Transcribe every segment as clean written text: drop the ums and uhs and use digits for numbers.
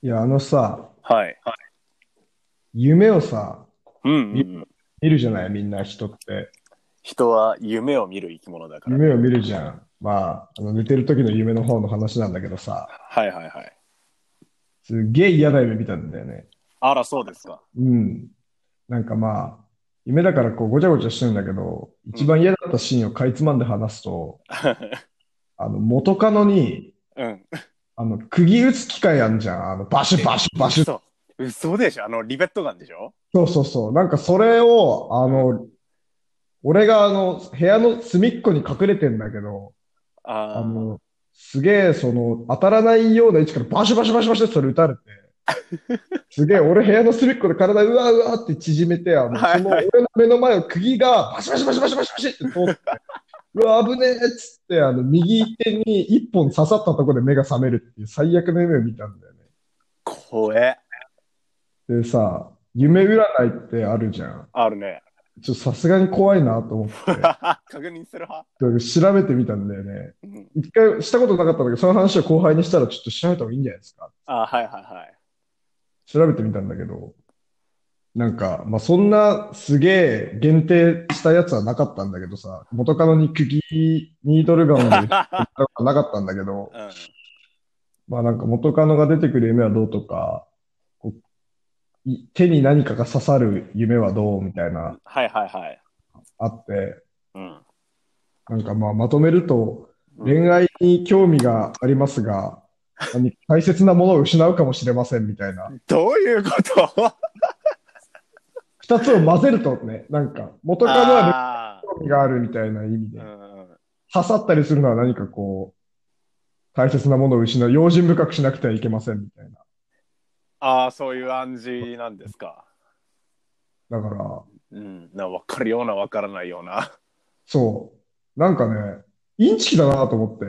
いや、 はい。 夢をさ、 うんうんう見、 ん。 見るじゃない、みんな人って。 人は夢を見る生き物だからね。 夢を見るじゃん。寝てる時の夢の方の話なんだけどさ、 はいはいはい。 すっげえ嫌な夢見たんだよね。 あら、そうですか。 うん。夢だからこうごちゃごちゃしてるんだけど、 うん。 一番嫌だったシーンをかいつまんで話すと、元カノに、 うん。 釘打つ機械あんじゃん。バシュえ、 バシュバシュ。 嘘。嘘でしょ。リベットガンでしょ。 そうそうそう。それを、 うん。 俺が部屋の隅っこに隠れてんだけど、ああの、すげえ、当たらないような位置からバシュバシュバシュバシュってそれ撃たれて、すげえ、俺部屋の隅っこで体うわうわって縮めて、 あ。はそいはい。 の俺の目の前を釘がバシバシバシバシバシバシって通って、うわ、危ねえっつって、右手に一本刺さったところで目が覚めるっていう最悪の夢を見たんだよね。 怖え。 でさ、夢占いってあるじゃん。 あるね。 さすがに怖いなと思って、 確認する派。 調べてみたんだよね。 うん。 一回したことなかったんだけど、その話を後輩にしたらちょっと調べた方がいいんじゃないですか。 あ、はいはいはい。 調べてみたんだけど、そんなすげえ限定したやつはなかったんだけどさ、元カノに釘、ニードルガンで撃ったことはなかったんだけど、 うん。 元カノが出てくる夢はどうとか、こ手に何かが刺さる夢はどうみたいな、 はいはいはい。 あって、 うん。 まとめると、 うん。 恋愛に興味がありますが、大切なものを失うかもしれませんみたいな。 どういうこと？ 二つを混ぜるとね、元カノは恋愛にあ興味があるみたいな意味あ。うで、 ん。 刺さったりするのは何かこう、大切なものを失う、用心深くしなくてはいけませんみたいな。 ああ、そういう暗示なんですか。 だから、 うん。分かるような分からないような。 そう。インチキだなと思って。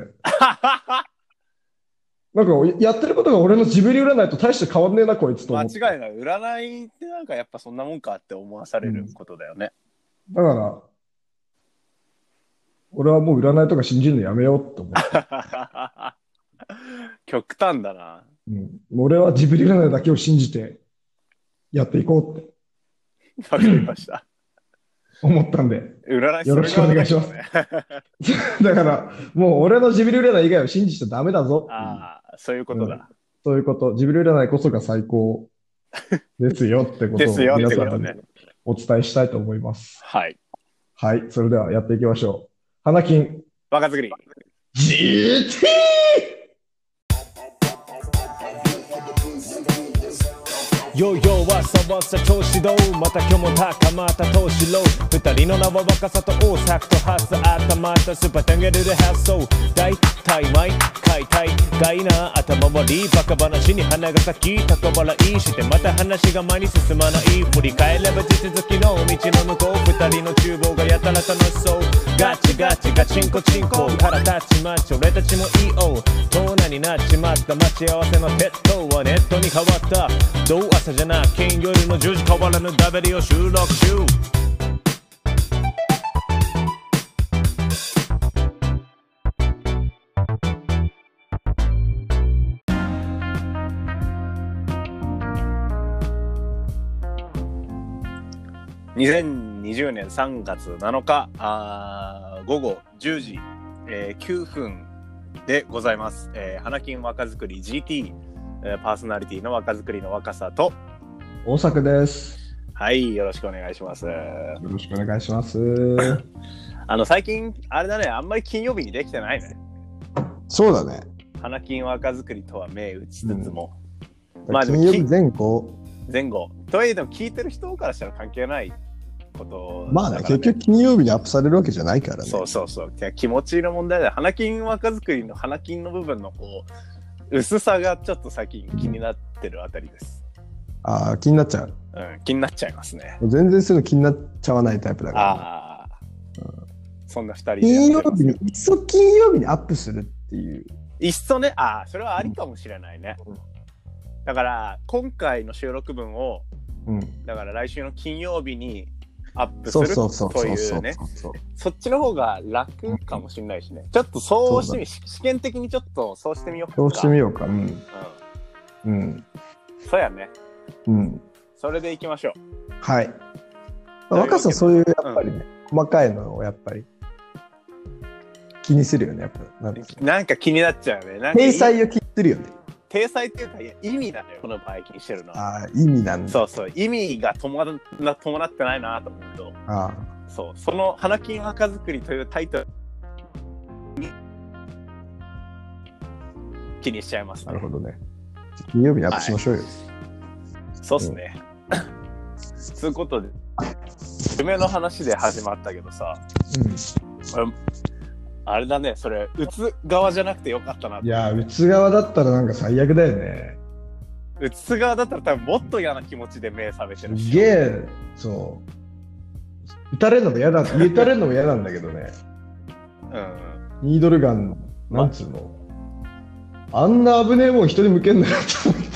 やってることが俺のジブリ占いと大して変わんねえな、こいつと間思って。 違いない。占いってやっぱそんなもんかって思わされるうん。 ことだよね。 だから、俺はもう占いとか信じるのやめようって思って。 極端だな。 うん。俺はジブリ占いだけを信じてやっていこうってわかりました。 思ったんで、 占いよろしくおする側願いします。 だけどね。 だから、もう俺のジブリ占い以外は信じちゃダメだぞっていう。 ああ、そういうこうん。 とだ。 そういうこと。ジブリ占いこそが最高ですよってことをですよっ皆さんにてことね。 お伝えしたいと思います。 はい。 はい。それではやっていきましょう。花金若作り。 GT! ヨーヨーはさわさ調子どうまた今日も高まった投資ロー二人の名は若さと大作と発さ頭とスパテンゲルで発想大体毎回大概な頭割りバカ話に花が咲き高笑いしてまた話が前に進まない振り返れば地続きの道の向こう二人の厨房がやたら楽しそうガチガチガチンコチンコから立ちまち俺たちもいいおトーナになっちまった待ち合わせの鉄塔はネットに変わったどう朝じゃな金夜の10時変わらぬダベリを収録中 2020年3月7日午後10時、9分でございます。花金若作り GT、パーソナリティの若作りの若さと、 大作です。 はい、よろしくお願いします。 よろしくお願いします。 最近、あれだね、あんまり金曜日にできてないね。 そうだね。 花金若作りとは銘打ちつつも。でも金曜日前後。とはいえでも聞いてる人からしたら関係ないことまあね、 だからね。 結局金曜日にアップされるわけじゃないからね。 そう。気持ちの問題で、花金若作りの花金の部分のこう、薄さがちょっと最近気になってるあたりです。 ああ、気になっちゃう。 うん、気になっちゃいますね。 全然そういうの気になっちゃわないタイプだから。 ああ、そんな二人で金曜やってます。 日に、いっそ金曜日にアップするっていう。 いっそね、それはありかもしれないね。だから今回の収録分を、だから来週の金曜日にアップするというね、そっちの方が楽かもしれないしね。ちょっとそうして試験的にちょっとそうしてみようか。 そうしてみようか。 うん。 そうやね。 うん。 それでいきましょう。 はい。若さそういうやっぱりね、細かいのをやっぱり気にするよね、やっぱ。 なんか気になっちゃうね。 体裁を気にするよね。 体裁っていうか意味だよ、この場合気にしてるのは。 ああ、意味なんだ。 そうそう、意味が伴ってないなと思うと。 ああ。 そう、その花金若作りというタイトルに気にしちゃいますね。 なるほどね。金曜日にアップしましょうよ。はい、 そうっすね。そういうことで、夢の話で始まったけどさ、あれだね、それ、打つ側じゃなくてよかったな。 いや、打つ側だったらなんか最悪だよね。 打つ側だったら多分もっと嫌な気持ちで目覚めてるし。 すげえ、そう。打たれるのも嫌なんだけどね。うん。ニードルガン、なんつうの。あんな危ねえもん人に向けんなよと思って。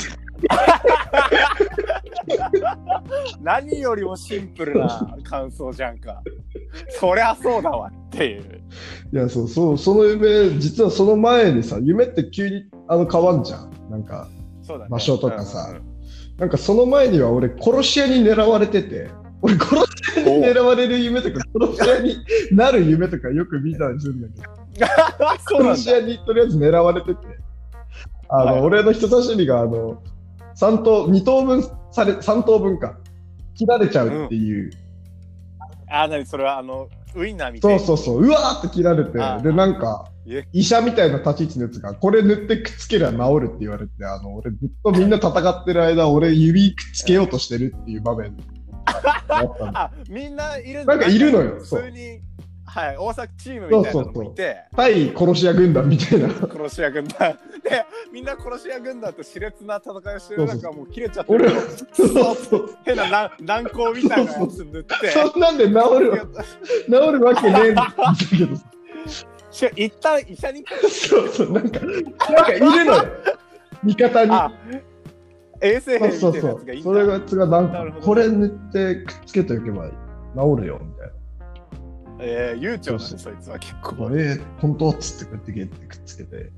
何よりもシンプルな感想じゃんか。そりゃそうだわっていう。 いや、その夢、実はその前にさ、夢って急に変わんじゃん。なんか、 そうだね、 場所とかさ、なんかその前には俺殺し屋に狙われてて、俺殺し屋に狙われる夢とか殺し屋になる夢とかよく見たりするんだけど、殺し屋にとりあえず狙われてて、俺の人差し指が3等分か切られちゃうっていう。 何それはウインナーみたいな。 そう、うわーって切られて、でなんか医者みたいな立ち位置のやつがこれ塗ってくっつけりゃ治るって言われて、俺ずっとみんな戦ってる間俺指くっつけようとしてるっていう場面みんないるんだ。なんかいるのよ。 普通に、はい、大阪チームみたいなのもいて、 対殺し屋軍団みたいな。 殺し屋軍団で、みんな殺し屋軍団と熾烈な戦いをしてる中、もう切れちゃってる。変な軟膏みたいなやつ塗って。 そんなんで治るわけねえんだけど。 一旦医者にそうなんかいるのよ。味方に。 衛生兵みたいなやつがいた。 それがなんかこれ塗ってくっつけておけば治るよみたいな。 悠長なんで、そいつは結構。 本当っつってこうやってくっつけて。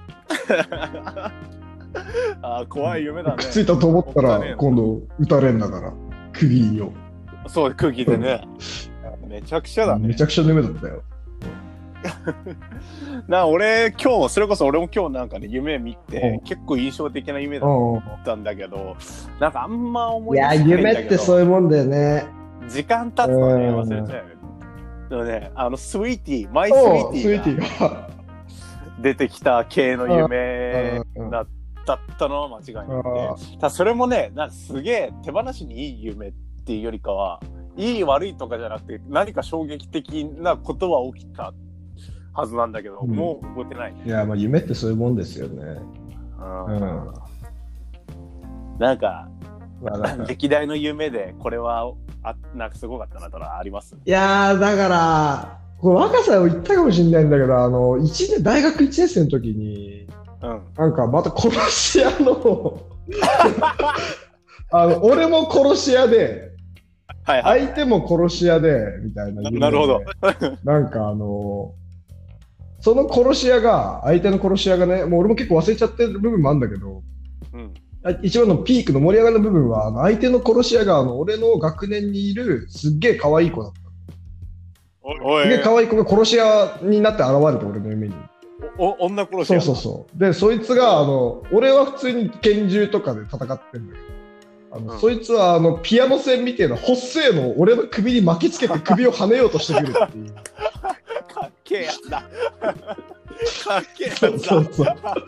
怖い夢だね。 くっついたと思ったら、今度撃たれんだから、釘を。 そう、釘でね。めちゃくちゃだね。 めちゃくちゃ夢だったよ。 俺今日それこそ俺も今日なんかね夢見て結構印象的な夢だったんだけど、なんかあんま思い出せないんだけど。 いや夢ってそういうもんだよね。 時間経つとね忘れちゃうよね。でもねスイーティーマイスイーティーが出てきた系の夢だったのは間違いなくて、ただそれもねなんかすげえ手放しにいい夢っていうよりかはいい悪いとかじゃなくて何か衝撃的なことは起きたはずなんだけど、もう覚えてない、ね。 いや、まあ夢ってそういうもんですよね。 なんか歴代の夢でこれはなんかすごかったなとかあります？ いやーだからこれ若さを言ったかもしれないんだけど、大学1年生の時に、なんかまた殺し屋の俺も殺し屋で。相手も殺し屋でみたいな。 なるほど。 なんかその殺し屋が相手の殺し屋がね、もう俺も結構忘れちゃってる部分もあるんだけど、一番のピークの盛り上がりの部分は相手の殺し屋が俺の学年にいるすっげえ可愛い子だった。すげえ可愛い子が殺し屋になって現れて俺の夢に。 女殺し屋。 そうでそいつが俺は普通に拳銃とかで戦ってるんだけど。そいつはピアノ線みたいな細いのを俺の首に巻きつけて首を跳ねようとしてくるっていう。 かっけえやつだ。かっけえやつだ。 そう。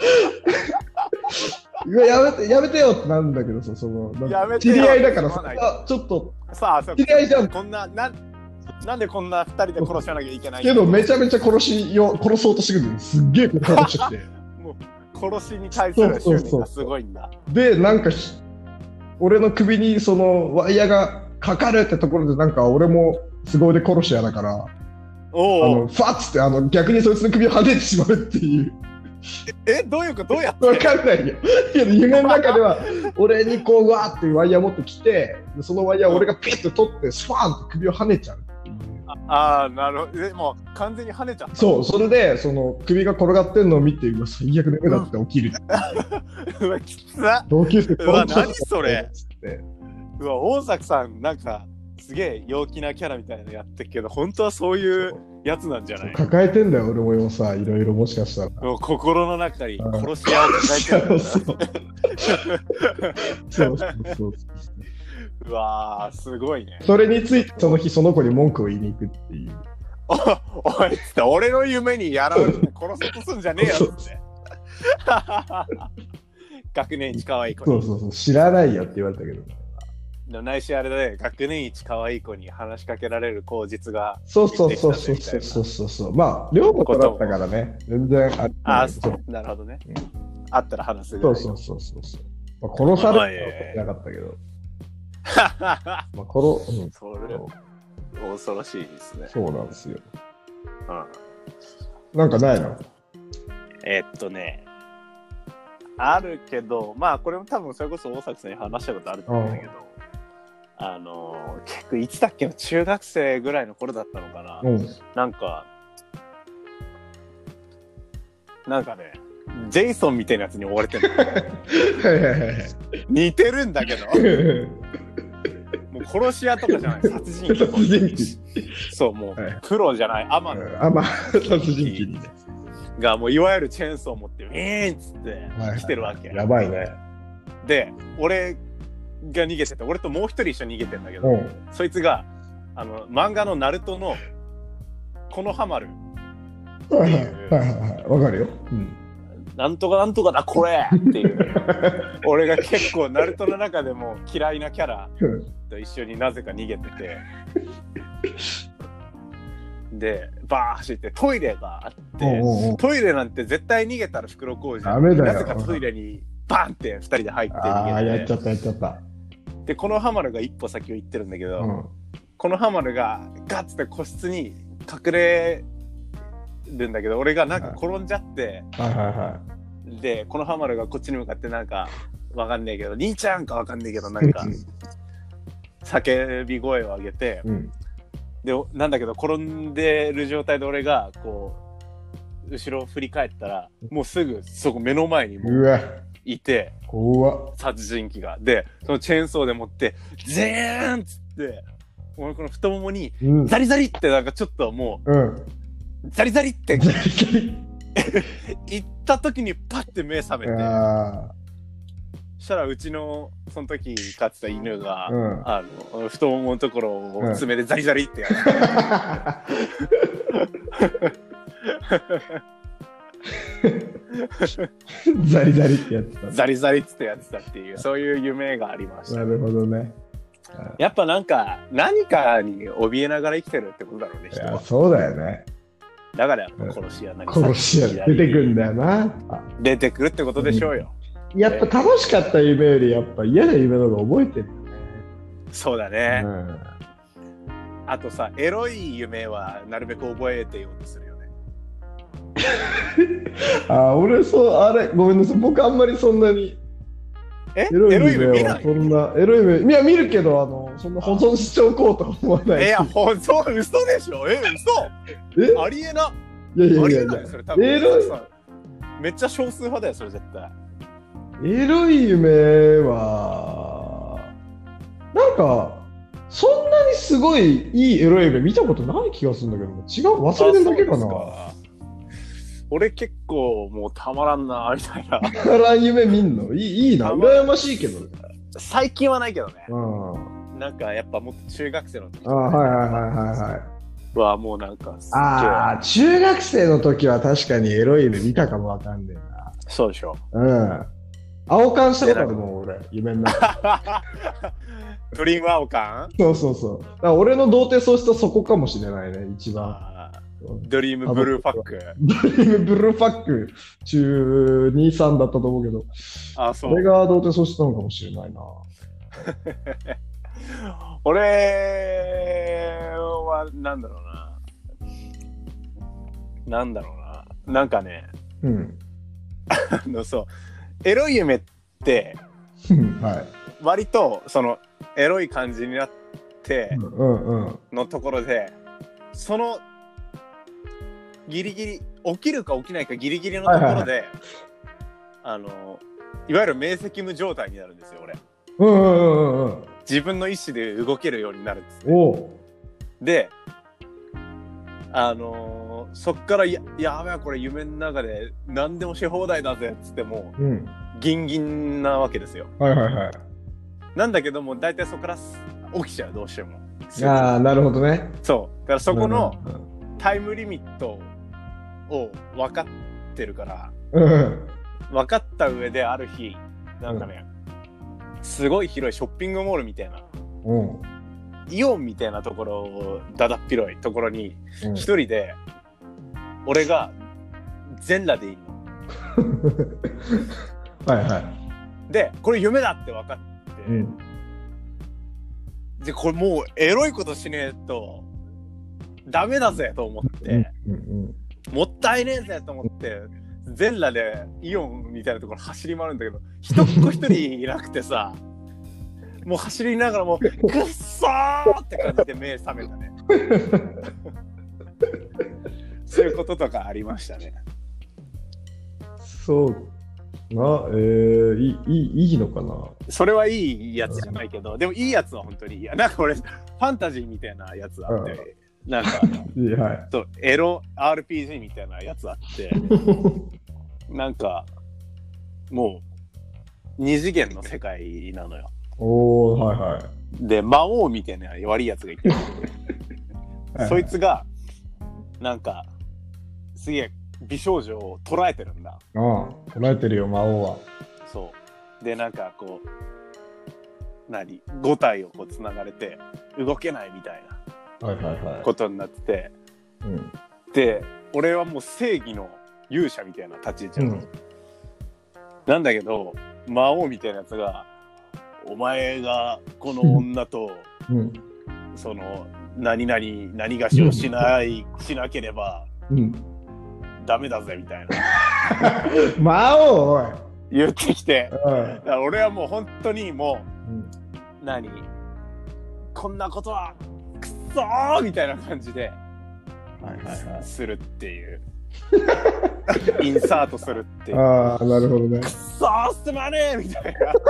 やめてよってなんだけどさ、知り合いだからさ、ちょっと知り合いじゃん。 なんでこんな2人で殺しなきゃいけないけどめちゃめちゃ殺そうとしてくるのにすっげえ殺してきて。 もう殺しに対する執念がすごいんだ。 でなんか俺の首にそのワイヤーがかかるってところでなんか俺も凄腕殺し屋だからファッつって逆にそいつの首を跳ねてしまうっていう。 どういうこと？どうやって？ わかんないよ。夢の中では俺にこうわーってワイヤー持ってきて、そのワイヤーを俺がピッと取ってスパーンと首を跳ねちゃうっていう。 あ、なるほど。でも完全に跳ねちゃった。 そう、それでその首が転がってんのを見て、うわ最悪の目だって起きる。 うわきつっ。 同級生うわ何それ。うわ大崎さんなんかすげえ陽気なキャラみたいなのやってるけど、本当はそういうやつなんじゃない？ 抱えてんだよ俺もさ、いろいろもしかしたら。 心の中に殺し屋を抱えてるんだ。 そう。 うわーすごいね。 それについてその日その子に文句を言いに行くっていう。 おいっつって俺の夢にやられて殺そうとすんじゃねえよっつって。学年一可愛い子に。 そう知らないよって言われたけど。 でも内緒あれで学年一可愛い子に話しかけられる口実がそう。まあ両方だったからね。全然あそうなるほどね。あったら話すぐらい。 そう。まあ、殺されることなかったけど。まあそれ恐ろしいですね。 そうなんですよ。なんかないの？ あるけど、まあこれも多分それこそ大崎さんに話したことあると思うんだけど、結構いつだっけの中学生ぐらいの頃だったのかな。なんかね、ジェイソンみたいなやつに追われてるの。似てるんだけど。もう殺し屋とかじゃない、殺人鬼。そう、もう、プロじゃない、殺人鬼にね。 がもういわゆるチェーンソー持ってっつって来てるわけ。 やばいね。 で、俺が逃げてて、俺ともう一人一緒に逃げてんだけど、そいつが漫画のナルトのこのハマるっていう、 わかるよ。 なんとかなんとかだこれっていう俺が結構ナルトの中でも嫌いなキャラと一緒になぜか逃げててでバー走ってトイレがあってトイレなんて絶対逃げたら袋小路なぜかトイレにバンって2人で入って逃げて、 やっちゃったでこのハマるが一歩先を行ってるんだけど、このハマるがガッツって個室に隠れるんだけど、俺がなんか転んじゃって、でこのハマるがこっちに向かってなんかわかんねえけど兄ちゃんかわかんねえけどなんか叫び声を上げて、でなんだけど転んでる状態で俺がこう後ろを振り返ったらもうすぐそこ目の前にもういて、殺人鬼がでそのチェーンソーで持ってゼーンっつって俺この太ももにザリザリってなんかちょっともう、ザリザリって行った時にパッて目覚めて、そしたらうちのその時飼ってた犬が、太もものところを爪でザリザリってやる、 ザリザリってやってた。 ザリザリってやってたっていうそういう夢がありました。 なるほどね。 やっぱなんか何かに怯えながら生きてるってことだろうね、人は。 そうだよね。 だからやっぱ殺し屋出てくるんだよな。 出てくるってことでしょうよ。 やっぱ楽しかった夢よりやっぱ嫌な夢の方が覚えてるよね。 そうだね。あとさ、エロい夢はなるべく覚えてようとするよね。 俺あれごめんなさい、僕あんまりそんなにエロい夢はそんなエロい夢いや見るけどそんな保存しておこうとは思わない。 いや保存嘘でしょ。嘘ありえな。 いやそれ多分エロいめっちゃ少数派だよそれ絶対。 エロい夢はなんかそんなにすごいいいエロい夢見たことない気がするんだけど、違う忘れてるだけかな。 俺結構もうたまらんなみたいな。 たまらん夢見んのいいな、羨ましいけどね。 最近はないけどね。なんかやっぱもっと中学生の時はもうなんか中学生の時は確かにエロい夢見たかもわかんねえな。 そうでしょ。 青缶したことあるもん俺夢の中。 ドリーム青缶？ そうだから俺の童貞喪失はそこかもしれないね、一番。 ドリームブルーファック。 ドリームブルーファック中2、3だったと思うけど、 そう。 俺が童貞喪失なのかもしれないな。 俺はなんだろうな。なんかね、そうエロい夢って割とそのエロい感じになってのところでそのギリギリ起きるか起きないかギリギリのところで、いわゆる明晰夢状態になるんですよ俺。自分の意思で動けるようになるんですね。でそっからやべえこれ夢の中で何でもし放題だぜっつっても、ギンギンなわけですよ。なんだけども大体そこから起きちゃう、どうしても。 ああ、なるほどね。 そうだからそこのタイムリミットを分かってるから、分かった上である日なんかね、すごい広いショッピングモールみたいな、イオンみたいなところ、だだっ広いところに一人で俺が全裸でいいの。でこれ夢だって分かって、でこれもうエロいことしねえとダメだぜと思って、もったいねえぜと思って全裸でイオンみたいなところ走り回るんだけど、一っ子一人いなくてさもう走りながらもうくっそーって感じで目覚めたね。そういうこととかありましたね。 そうが、いいのかな。 それはいいやつじゃないけど、でもいいやつは本当にいいや。なんか俺ファンタジーみたいなやつあって、なんかそうエロ RPG みたいなやつあってなんかもう二次元の世界なのよ。で魔王みたいな悪いやつがいてそいつがなんかすげえ美少女を捉えてるんだ。 捉えてるよ魔王は。 そうでなんかこう5体をこうつながれて動けないみたいなことになってて、で俺はもう正義の勇者みたいな立ち位置なんだけど、魔王みたいなやつがお前がこの女とその何がしをしなければダメだぜみたいな魔王おい言ってきて、だから俺はもう本当にもう、こんなことはくっそーみたいな感じで、するっていうインサートするっていう。 なるほどね。 くっそーすまねーみたいな。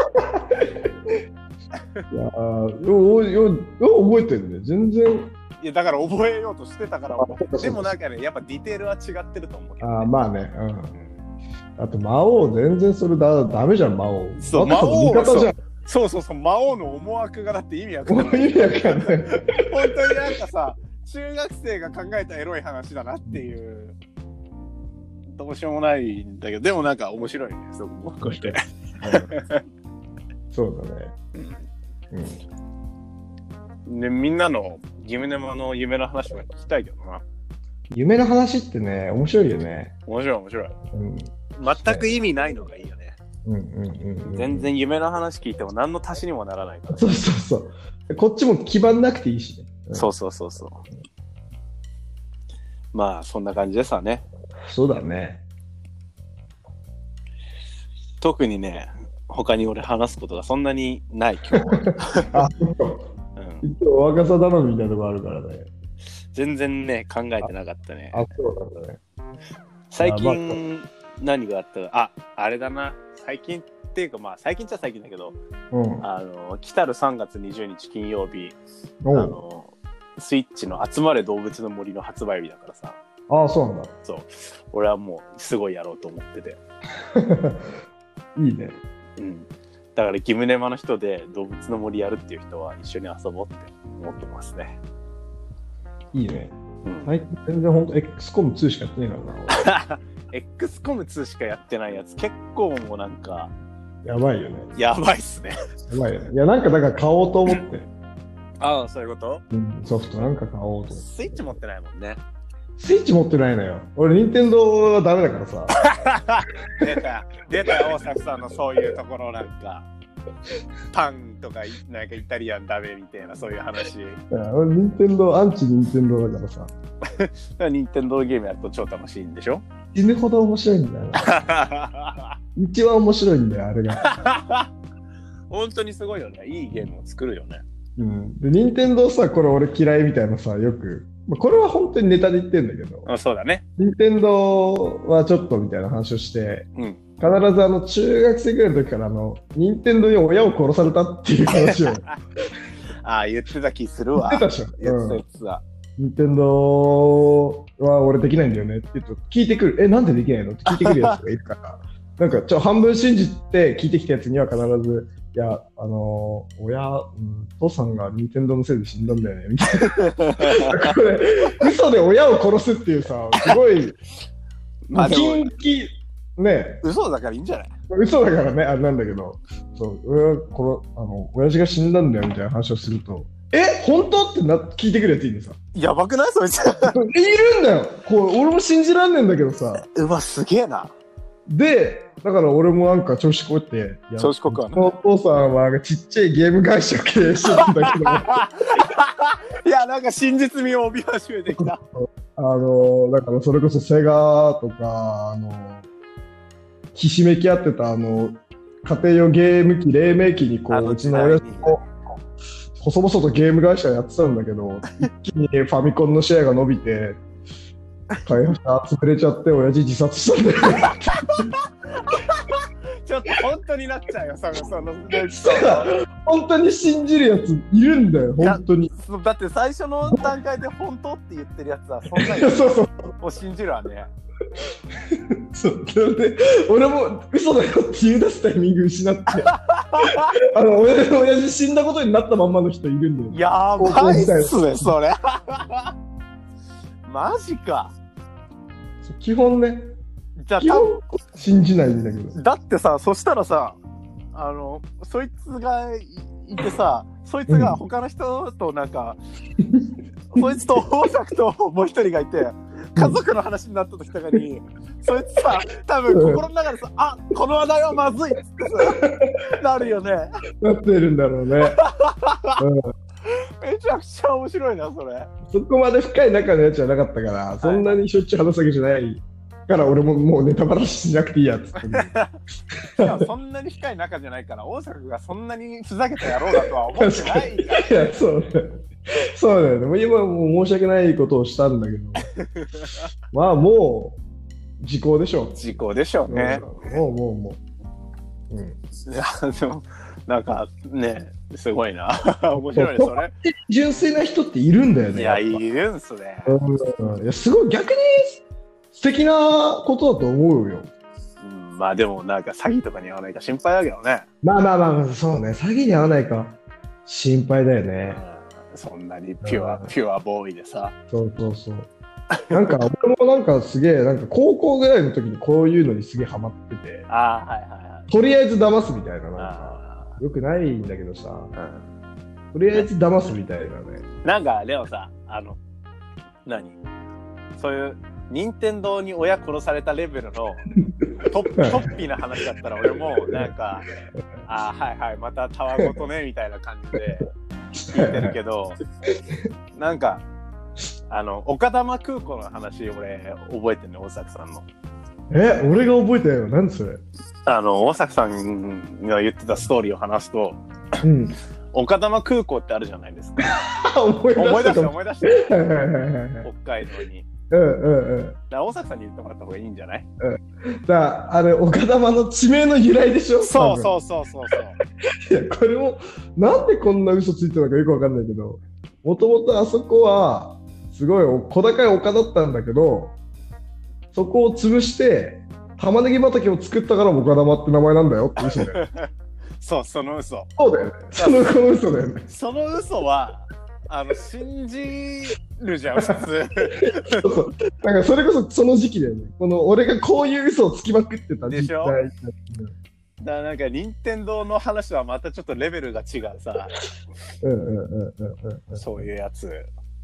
いや覚えてるね全然。 いやだから覚えようとしてたからでもなんかねやっぱディテールは違ってると思うけど、ね。 まあね。あと魔王全然それダメじゃん魔王。 そう魔王味方じゃん。そう魔王の思惑がだって意味わかんない。本当になんかさ中学生が考えたエロい話だなっていうどうしようもないんだけど、でもなんか面白いねすごくこうして。 そうだね。 でみんなのギムネマの夢の話は聞きたいけどな。 夢の話ってね面白いよね。 面白い。全く意味ないのがいいよね。全然夢の話聞いても何の足しにもならないから。そうこっちも基盤なくていいしね。 そうまあそんな感じですわね。 そうだね。 特にね他に俺話すことがそんなにない今日は。 一応若さ頼みみたいなとこあるからね。 全然ね考えてなかったね。 そうなんだね。 最近何があったか、あれだな。最近っていうかまあ最近っちゃ最近だけど、来たる3月20日金曜日スイッチの集まれ動物の森の発売日だからさ。 そうなんだ。 そう俺はもうすごいやろうと思ってて。 いいね。 だからギムネマの人で動物の森やるっていう人は一緒に遊ぼうって思ってますね。 いいね。最近全然ほんと XCOM 2しかやってないからな。 XCOM 2しかやってないやつ結構もうなんかやばいよね。 やばいっすね。 やばいよね。いやなんかだから買おうと思って。 そういうこと？ ソフトなんか買おうと思って。 スイッチ持ってないもんね。 スイッチ持ってないのよ。俺任天堂はダメだからさ。 出たよ大作さんのそういうところなんかパンとかなんかイタリアンダメみたいなそういう話。 俺任天堂アンチ任天堂だからさ。 任天堂ゲームやると超楽しいんでしょ？ 死ぬほど面白いんだよな。一番面白いんだよあれが。 本当にすごいよね。いいゲームを作るよね。 で任天堂さこれ俺嫌いみたいなさよくまあ、これは本当にネタで言ってるんだけど、 そうだね。 任天堂はちょっとみたいな話をして、 うん、 必ず中学生ぐらいの時から任天堂に親を殺されたっていう話を言ってた気するわ。 言ってたでしょ。 言ってた。 任天堂は俺できないんだよねって言うと聞いてくる。なんでできないのって聞いてくるやつがいるから。なんか半分信じて聞いてきたやつには必ず、いや、父さんが任天堂のせいで死んだんだよねみたいな。これ嘘で親を殺すっていうさ、すごい禁忌ね。 嘘だからいいんじゃない？ 嘘だからね、あれなんだけど、親父が死んだんだよみたいな話をすると、本当って聞いてくるやついいんでさ。 やばくないそいつ。いるんだよ。俺も信じらんねえんだけどさ。 うわ、すげえな。 で、だから俺もなんか調子こいて、 調子こくわな。 お父さんはちっちゃいゲーム会社経営してるんだけど。 いや、なんか真実味を帯び始めてきた。 だからそれこそセガとか、ひしめき合ってた家庭用ゲーム機、黎明期にうちの親父も細々とゲーム会社やってたんだけど、一気にファミコンのシェアが伸びて、開発者潰れちゃって親父自殺したんだよ。 ちょっと本当になっちゃうよ、その本当に信じるやついるんだよ、本当に。 だって最初の段階で本当って言ってるやつはそんなにを信じるわね。 そうで俺も嘘だよって言い出すタイミング失って親父死んだことになったまんまの人いるんだよ。 やばいっすねそれ。マジか。 基本ね、 じゃあ基本信じないんだけど。 だってさ、そしたらさ、そいつがいてさ、そいつが他の人となんか、そいつと大作ともう一人がいて、家族の話になった時とかに、そいつさ、多分心の中でさ、この話題はまずいっつってさ、なるよね。 なってるんだろうね。 めちゃくちゃ面白いな、それ。 そこまで深い仲のやつじゃなかったから、そんなにしょっちゅう話すわけじゃないから、俺ももうネタバラしなくていいやつって。 いや、そんなに深い仲じゃないから、大作がそんなにふざけた野郎だとは思ってないから。 いや、そうだよね。今もう申し訳ないことをしたんだけど、まあもう時効でしょう。 時効でしょうね。 もう。 いや、でもなんかね、すごいな。面白いね、それ。 純粋な人っているんだよね。 いや、いるんすね。 いや、すごい逆に素敵なことだと思うよ。 まあでもなんか詐欺とかに合わないか心配だけどね。 まあ、そうね。詐欺に合わないか心配だよね。 そんなにピュアボーイでさ。 そう。なんか俺もなんかすげえなんか高校ぐらいの時にこういうのにすげえハマってて。とりあえず騙すみたいな、なんかよくないんだけどさ、とりあえず騙すみたいなね。 なんかでもさ、そういう任天堂に親殺されたレベルのトッピーな話だったら俺もなんかはいまたたわごとねみたいな感じで聞いてるけど、なんか丘珠空港の話俺覚えてんね、大作さんの。 俺が覚えてないよ。何それ。 大作さんが言ってたストーリーを話すと、丘珠空港ってあるじゃないですか。思い出して。北海道に。大作さんに言ってもらった方がいいんじゃない？ 丘珠の地名の由来でしょ。 そう。 いや、これもなんでこんな嘘ついてるのかよくわかんないけど、もともとあそこはすごい小高い丘だったんだけど、そこを潰して玉ねぎ畑を作ったから丘珠って名前なんだよって嘘だよ。 その嘘。 そうだよね。この嘘だよね。 その嘘は信じるじゃん普通。 そうなんかそれこそその時期だよね。俺がこういう嘘をつきまくってたでしょ。だからなんか任天堂の話はまたちょっとレベルが違うさ。そういうやつ。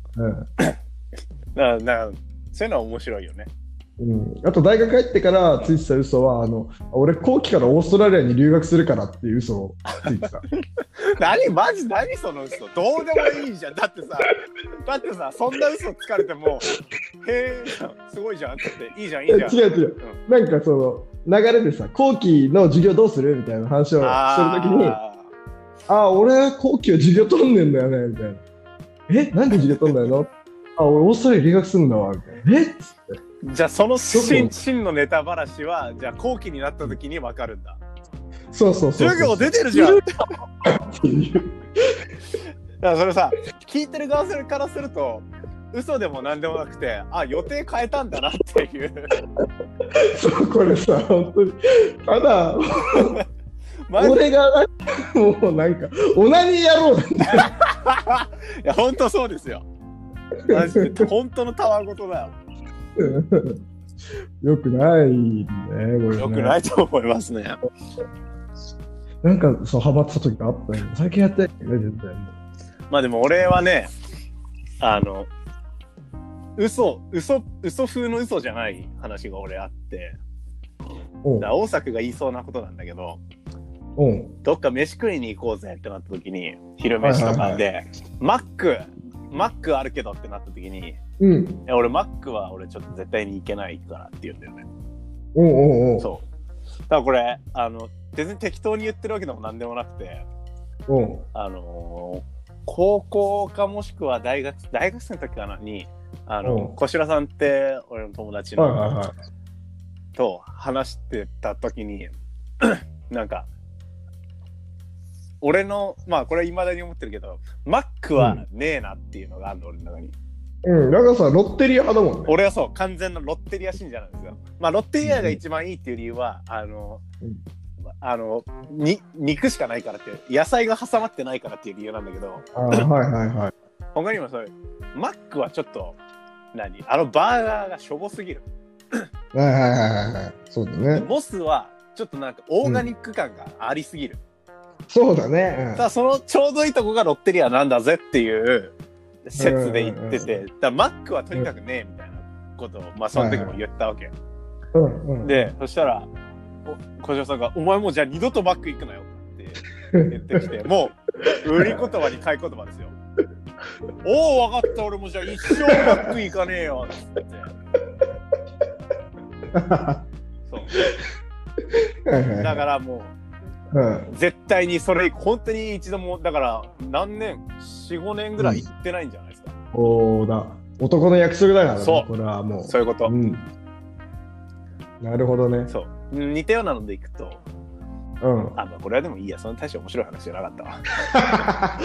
だからそういうのは面白いよね。 あと大学入ってからついてた嘘は俺後期からオーストラリアに留学するからっていう嘘をついてた。 何その嘘。どうでもいいじゃん。だってさそんな嘘つかれてもへえすごいじゃんっていいじゃん。違う、なんかその流れでさ、後期の授業どうするみたいな話をしてるときに俺後期は授業取んねんだよねみたいな。なんで授業取んないの？ あ、俺オーストラリア留学するんだわ、みたいな。えっつって。 じゃあその真のネタばらしは、じゃあ後期になった時に分かるんだ。 そうそうそう。 授業出てるじゃんっていう。だからそれさ、聞いてる側からすると、嘘でもなんでもなくて、あ、予定変えたんだなっていう。 そう、これさ、本当に。ただ、俺が、もうなんか、オナニーやろうなんて。いや、本当そうですよ。マジで、本当のたわごとだよ。 よくないね、これね。 よくないと思いますね。 なんか、そう、ハマってた時があったけど、最近やってないけどね、全然。 まあでも俺はね、嘘風の嘘じゃない話が俺あって、大作が言いそうなことなんだけど、どっか飯食いに行こうぜってなった時に、昼飯とかで、マックあるけどってなった時に、俺マックは俺ちょっと絶対に行けないからって言うんだよね。そう。だからこれ全然適当に言ってるわけでもなんでもなくて、高校かもしくは大学生の時かなに小白さんって俺の友達の、と話してた時になんか俺のまあこれ未だに思ってるけどマックはねえなっていうのがあるの、俺の中に。なんかさロッテリア派だもんね。 俺はそう完全なロッテリア信者なんですよ。まあロッテリアが一番いいっていう理由は肉しかないからって野菜が挟まってないからっていう理由なんだけど、他にもそういうマックはちょっとバーガーがしょぼすぎる。 そうだね。 モスはちょっとなんかオーガニック感がありすぎる。 そうだね。 ただそのちょうどいいとこがロッテリアなんだぜっていう説で言ってて、だマックはとにかくねえみたいなことをまあその時も言ったわけ。でそしたら小島さんがお前もうじゃあ二度とマック行くなよって言ってきて、もう売り言葉に買い言葉ですよ。おお分かった、俺もじゃあ一生マック行かねえよっつって。そうだからもう、絶対にそれ本当に一度もだから何年 4,5 年ぐらい行ってないんじゃないですか。 男の約束だからね。 そうこれはもうそういうこと、 なるほどね。 そう似たようなのでいくと、まあこれはでもいいや、その大して面白い話じゃなかったわ。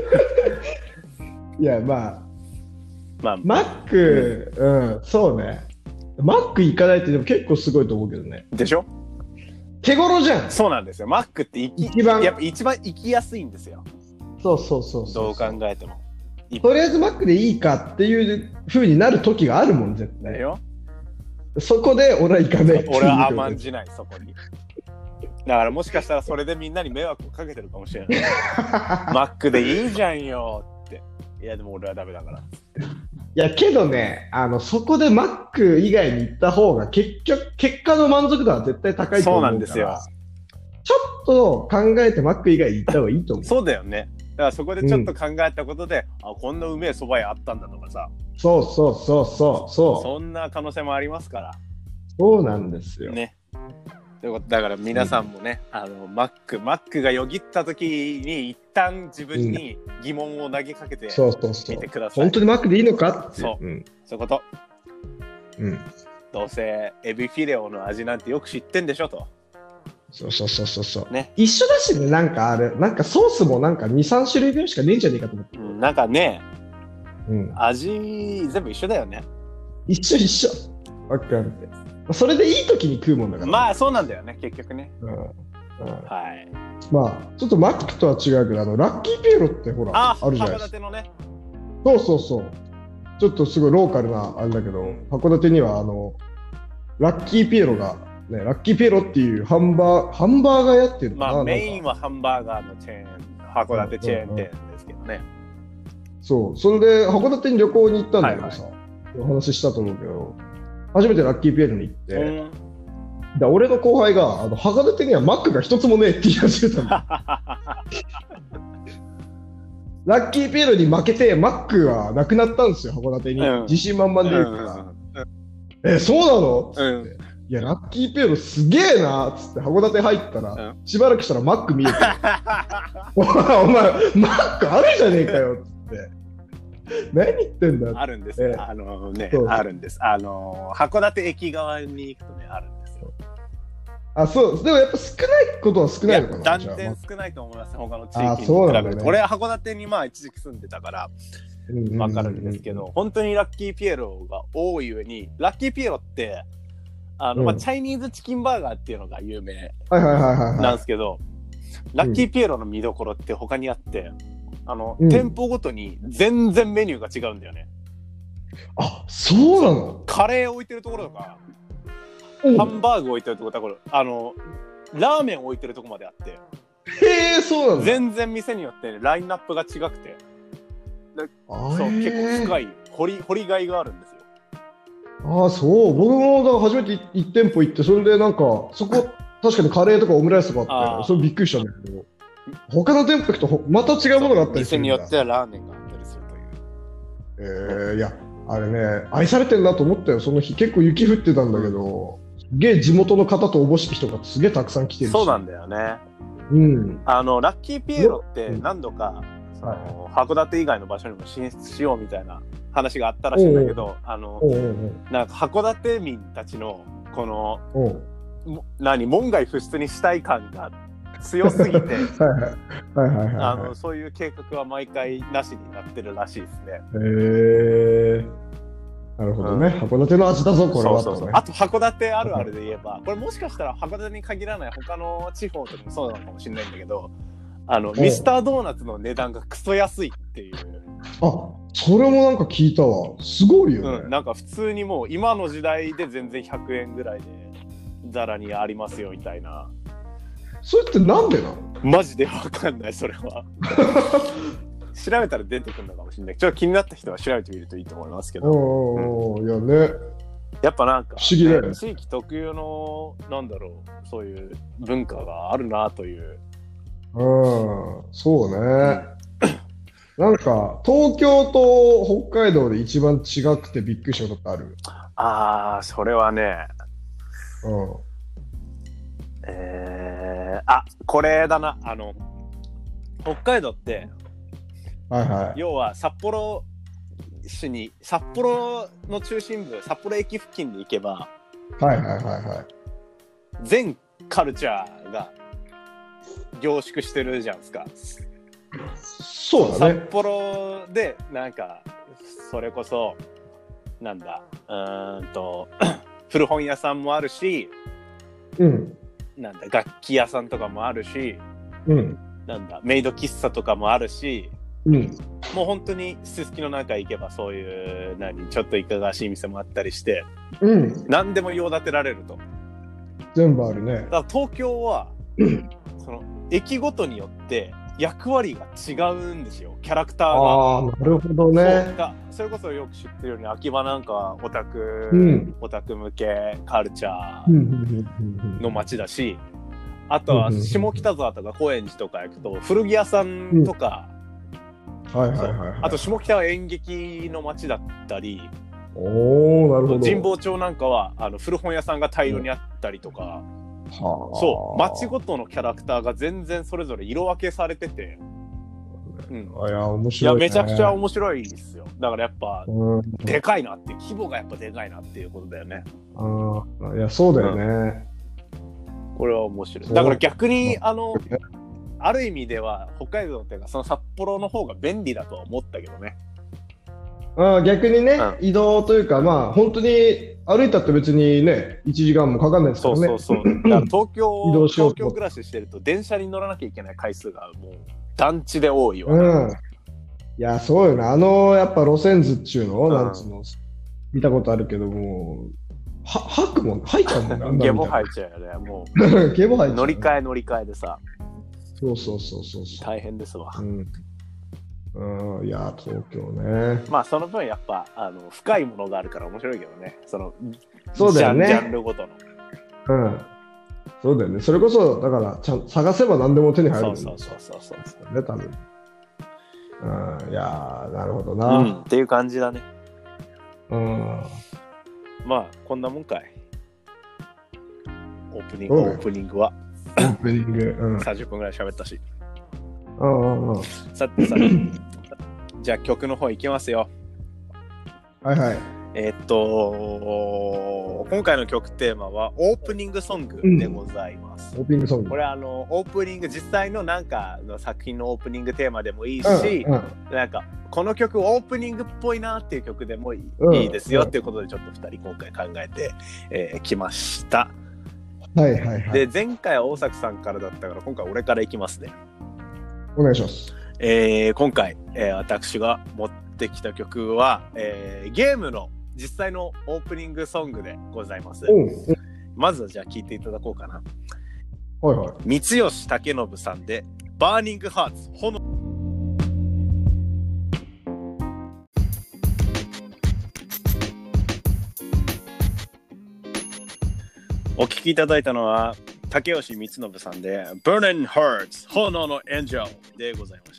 いやまあマック、そうね。マック行かないってでも結構すごいと思うけどね。 でしょ。 手頃じゃん。 そうなんですよ。マックってやっぱ一番行きやすいんですよ。 そうどう考えても。 とりあえずマックでいいかっていう風になる時があるもん絶対。よ。そこで俺は行かない。 俺は甘んじないそこに。だからもしかしたらそれでみんなに迷惑をかけてるかもしれない。マックでいいじゃんよって。いやでも俺はダメだから。いやけどね、そこでマック以外に行った方が結果の満足度は絶対高いと思うから。そうなんですよ。ちょっと考えてマック以外行った方がいいと思う。 そうだよね。だからそこでちょっと考えたことで、こんなうめえ蕎麦屋あったんだとかさ。そう。そんな可能性もありますから。 そうなんですよ。 ね。ということだから皆さんもね、マックがよぎった時に一旦自分に疑問を投げかけてみてください。 本当にマックでいいのかって。 そういうこと。どうせエビフィレオの味なんてよく知ってんでしょと。 そう。ね。一緒だしね、なんかソースもなんか 2,3 種類ぐらいしかねえんじゃねえかと思って。 なんかね、味全部一緒だよね。 一緒。わかる。それでいい時に食うもんだから。 まあそうなんだよね、結局ね。 はい。まあちょっとマックとは違うけど、ラッキーピエロってほらあるじゃないですか。函館のね。そう。ちょっとすごいローカルなあれだけど、函館にはラッキーピエロがね、ラッキーピエロっていうハンバーガー屋っていうのかな。 まあメインはハンバーガーのチェーン、函館チェーン店ですけどね。 そう、それで函館に旅行に行ったんだけどさ、お話ししたと思うけど。初めてラッキーピエロに行って、俺の後輩が函館にはマックが一つもねえって言い始めたんだ。ラッキーピエロに負けてマックはなくなったんですよ、函館に。自信満々で言うから。そうなのつって。いや、ラッキーピエロすげえなっつって函館入ったら、しばらくしたらマック見えて。お前、マックあるじゃねえかよっつって。 何言ってんだ。 あるんですよ。あるんです。函館駅側に行くとね、あるんですよ。 あ、そう。でもやっぱ少ないことは少ないのかな。 断然少ないと思います。他の地域に比べると。俺は函館に一時期住んでたからわかるんですけど、本当にラッキーピエロが多い上に、ラッキーピエロってチャイニーズチキンバーガーっていうのが有名なんですけど、ラッキーピエロの見どころって他にあって、店舗ごとに全然メニューが違うんだよね。 あ、そうなの？ カレー置いてるところとか、ハンバーグ置いてるところ、ラーメン置いてるとこまであって。 へえ、そうなんだ。 全然店によって、ね、ラインナップが違くて。そう、結構深い掘りがいがあるんですよ。 ああ、そう。僕もだから初めて1店舗行って、それでなんか、そこ、確かにカレーとかオムライスとかあって、それびっくりしたんだけど、他の店舗行くとまた違うものがあったりするんだ。 店によってはラーメンがあったりするという。 いや、あれね、愛されてるなと思ったよ。その日、結構雪降ってたんだけど、すげえ地元の方とおぼしき人がすげえたくさん来てるし。 そうなんだよね。 うん。 ラッキーピエロって何度か、函館以外の場所にも進出しようみたいな話があったらしいんだけど、なんか函館民たちのこの門外不出にしたい感が強すぎて、そういう計画は毎回なしになってるらしいですね。 なるほどね、函館の味だぞこれは。 そうあと函館あるあるで言えば、これもしかしたら函館に限らない他の地方とかもそうなのかもしれないんだけど、ミスタードーナツの値段がクソ安いっていう。 あ、それもなんか聞いたわ。すごいよね。 なんか普通にもう今の時代で全然100円ぐらいでざらにありますよみたいな。 それってなんでなの？ マジでわかんない、それは。調べたら出てくるのかもしれない。ちょっと気になった人は調べてみるといいと思いますけど。 いやね。 やっぱなんか、 不思議だよね。 地域特有のそういう文化があるなという。 そうね。なんか東京と北海道で一番違くてびっくりしたことある？ それはね。これだな。北海道って、要は札幌の中心部、札幌駅付近に行けば、全カルチャーが凝縮してるじゃんすか。 そうだね。 札幌でなんかそれこそ古本屋さんもあるし、楽器屋さんとかもあるし、メイド喫茶とかもあるし、もう本当にすすきの中行けばそういうちょっといかがわしい店もあったりして、何でも用立てられると。 全部あるね。 だから東京はその駅ごとによって役割が違うんですよ、キャラクターが。 なるほどね。 それこそよく知ってるように秋葉なんかはオタク向けカルチャーの街だし、あとは下北沢とか高円寺とか行くと古着屋さんとか、あと下北は演劇の街だったり、 なるほど。 神保町なんかは古本屋さんが大量にあったりとか、そう街ごとのキャラクターが全然それぞれ色分けされてて、 面白いね。 めちゃくちゃ面白いですよ。だからやっぱ、でかいなっていう、規模がやっぱでかいなっていうことだよね。 いやそうだよね。 これは面白い。だから逆にある意味では北海道っていうかその札幌の方が便利だとは思ったけどね。 逆にね、移動というか本当に歩いたって別にね1時間もかかんないですからね。 そうだから東京暮らししてると電車に乗らなきゃいけない回数がもう団地で多いわ。 いやそうよね。やっぱ路線図っちゅうの、なんつうの見たことあるけども、吐いちゃうもんね。 ゲボ吐いちゃうよね。もうゲボ吐いちゃう。 乗り換えでさ。 そう大変ですわ。 いや東京ね。 その分やっぱ深いものがあるから面白いけどね。 そうだよね。 ジャンルごとの。 そうだよね。それこそだから探せば何でも手に入る。 そうね、多分。いやなるほどな。 っていう感じだね。こんなもんかい。オープニングは。 オープニング、 30分ぐらい喋ったし。 うん。 さて、 じゃあ曲の方いきますよ。 はいはい。 今回の曲テーマはオープニングソングでございます。 オープニングソング。 これオープニング、実際のなんかの作品のオープニングテーマでもいいし、なんかこの曲オープニングっぽいなっていう曲でもいいですよっていうことでちょっと2人今回考えてきました。 はいはいはい。 で、前回は大崎さんからだったから今回俺からいきますね。 お願いします。 今回、私が持ってきた曲は、ゲームの実際のオープニングソングでございます。まずはじゃあ聴いていただこうかな。 はいはい。 三吉武信さんでバーニングハーツ炎。お聴きいただいたのは竹吉光信さんで Burning Hearts 炎のエンジェルでございました。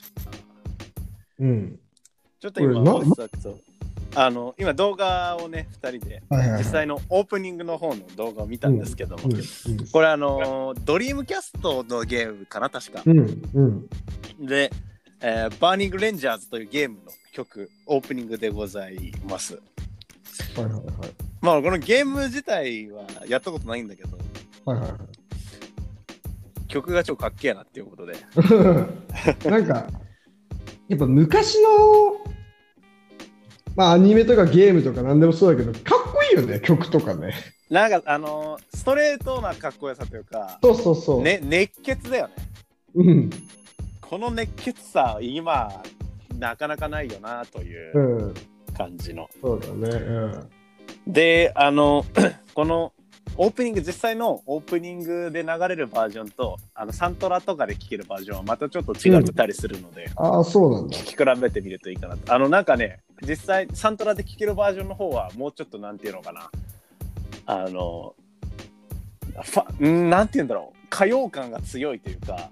ちょっと今動画をね2人で実際のオープニングの方の動画を見たんですけども、これドリームキャストのゲームかな確か、で、バーニングレンジャーズというゲームの曲オープニングでございます。まあこのゲーム自体はやったことないんだけど、曲が超かっけえなっていうことでなんかやっぱ昔のアニメとかゲームとか何でもそうだけどかっこいいよね、曲とかね。 なんかストレートなかっこよさというか、 そう、 熱血だよね。この熱血さ今なかなかないよなという感じの、 そうだね。 でこのオープニング、実際のオープニングで流れるバージョンとサントラとかで聴けるバージョンはまたちょっと違ったりするので、 そうなんだ。 聴き比べてみるといいかなと。なんかね、実際サントラで聴けるバージョンの方はもうちょっとなんていうのかな、なんていうんだろう、歌謡感が強いというか、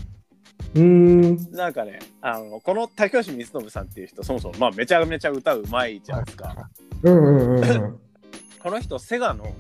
なんかね、この竹吉光信さんっていう人、そもそもめちゃめちゃ歌うまいじゃないですか。この人セガの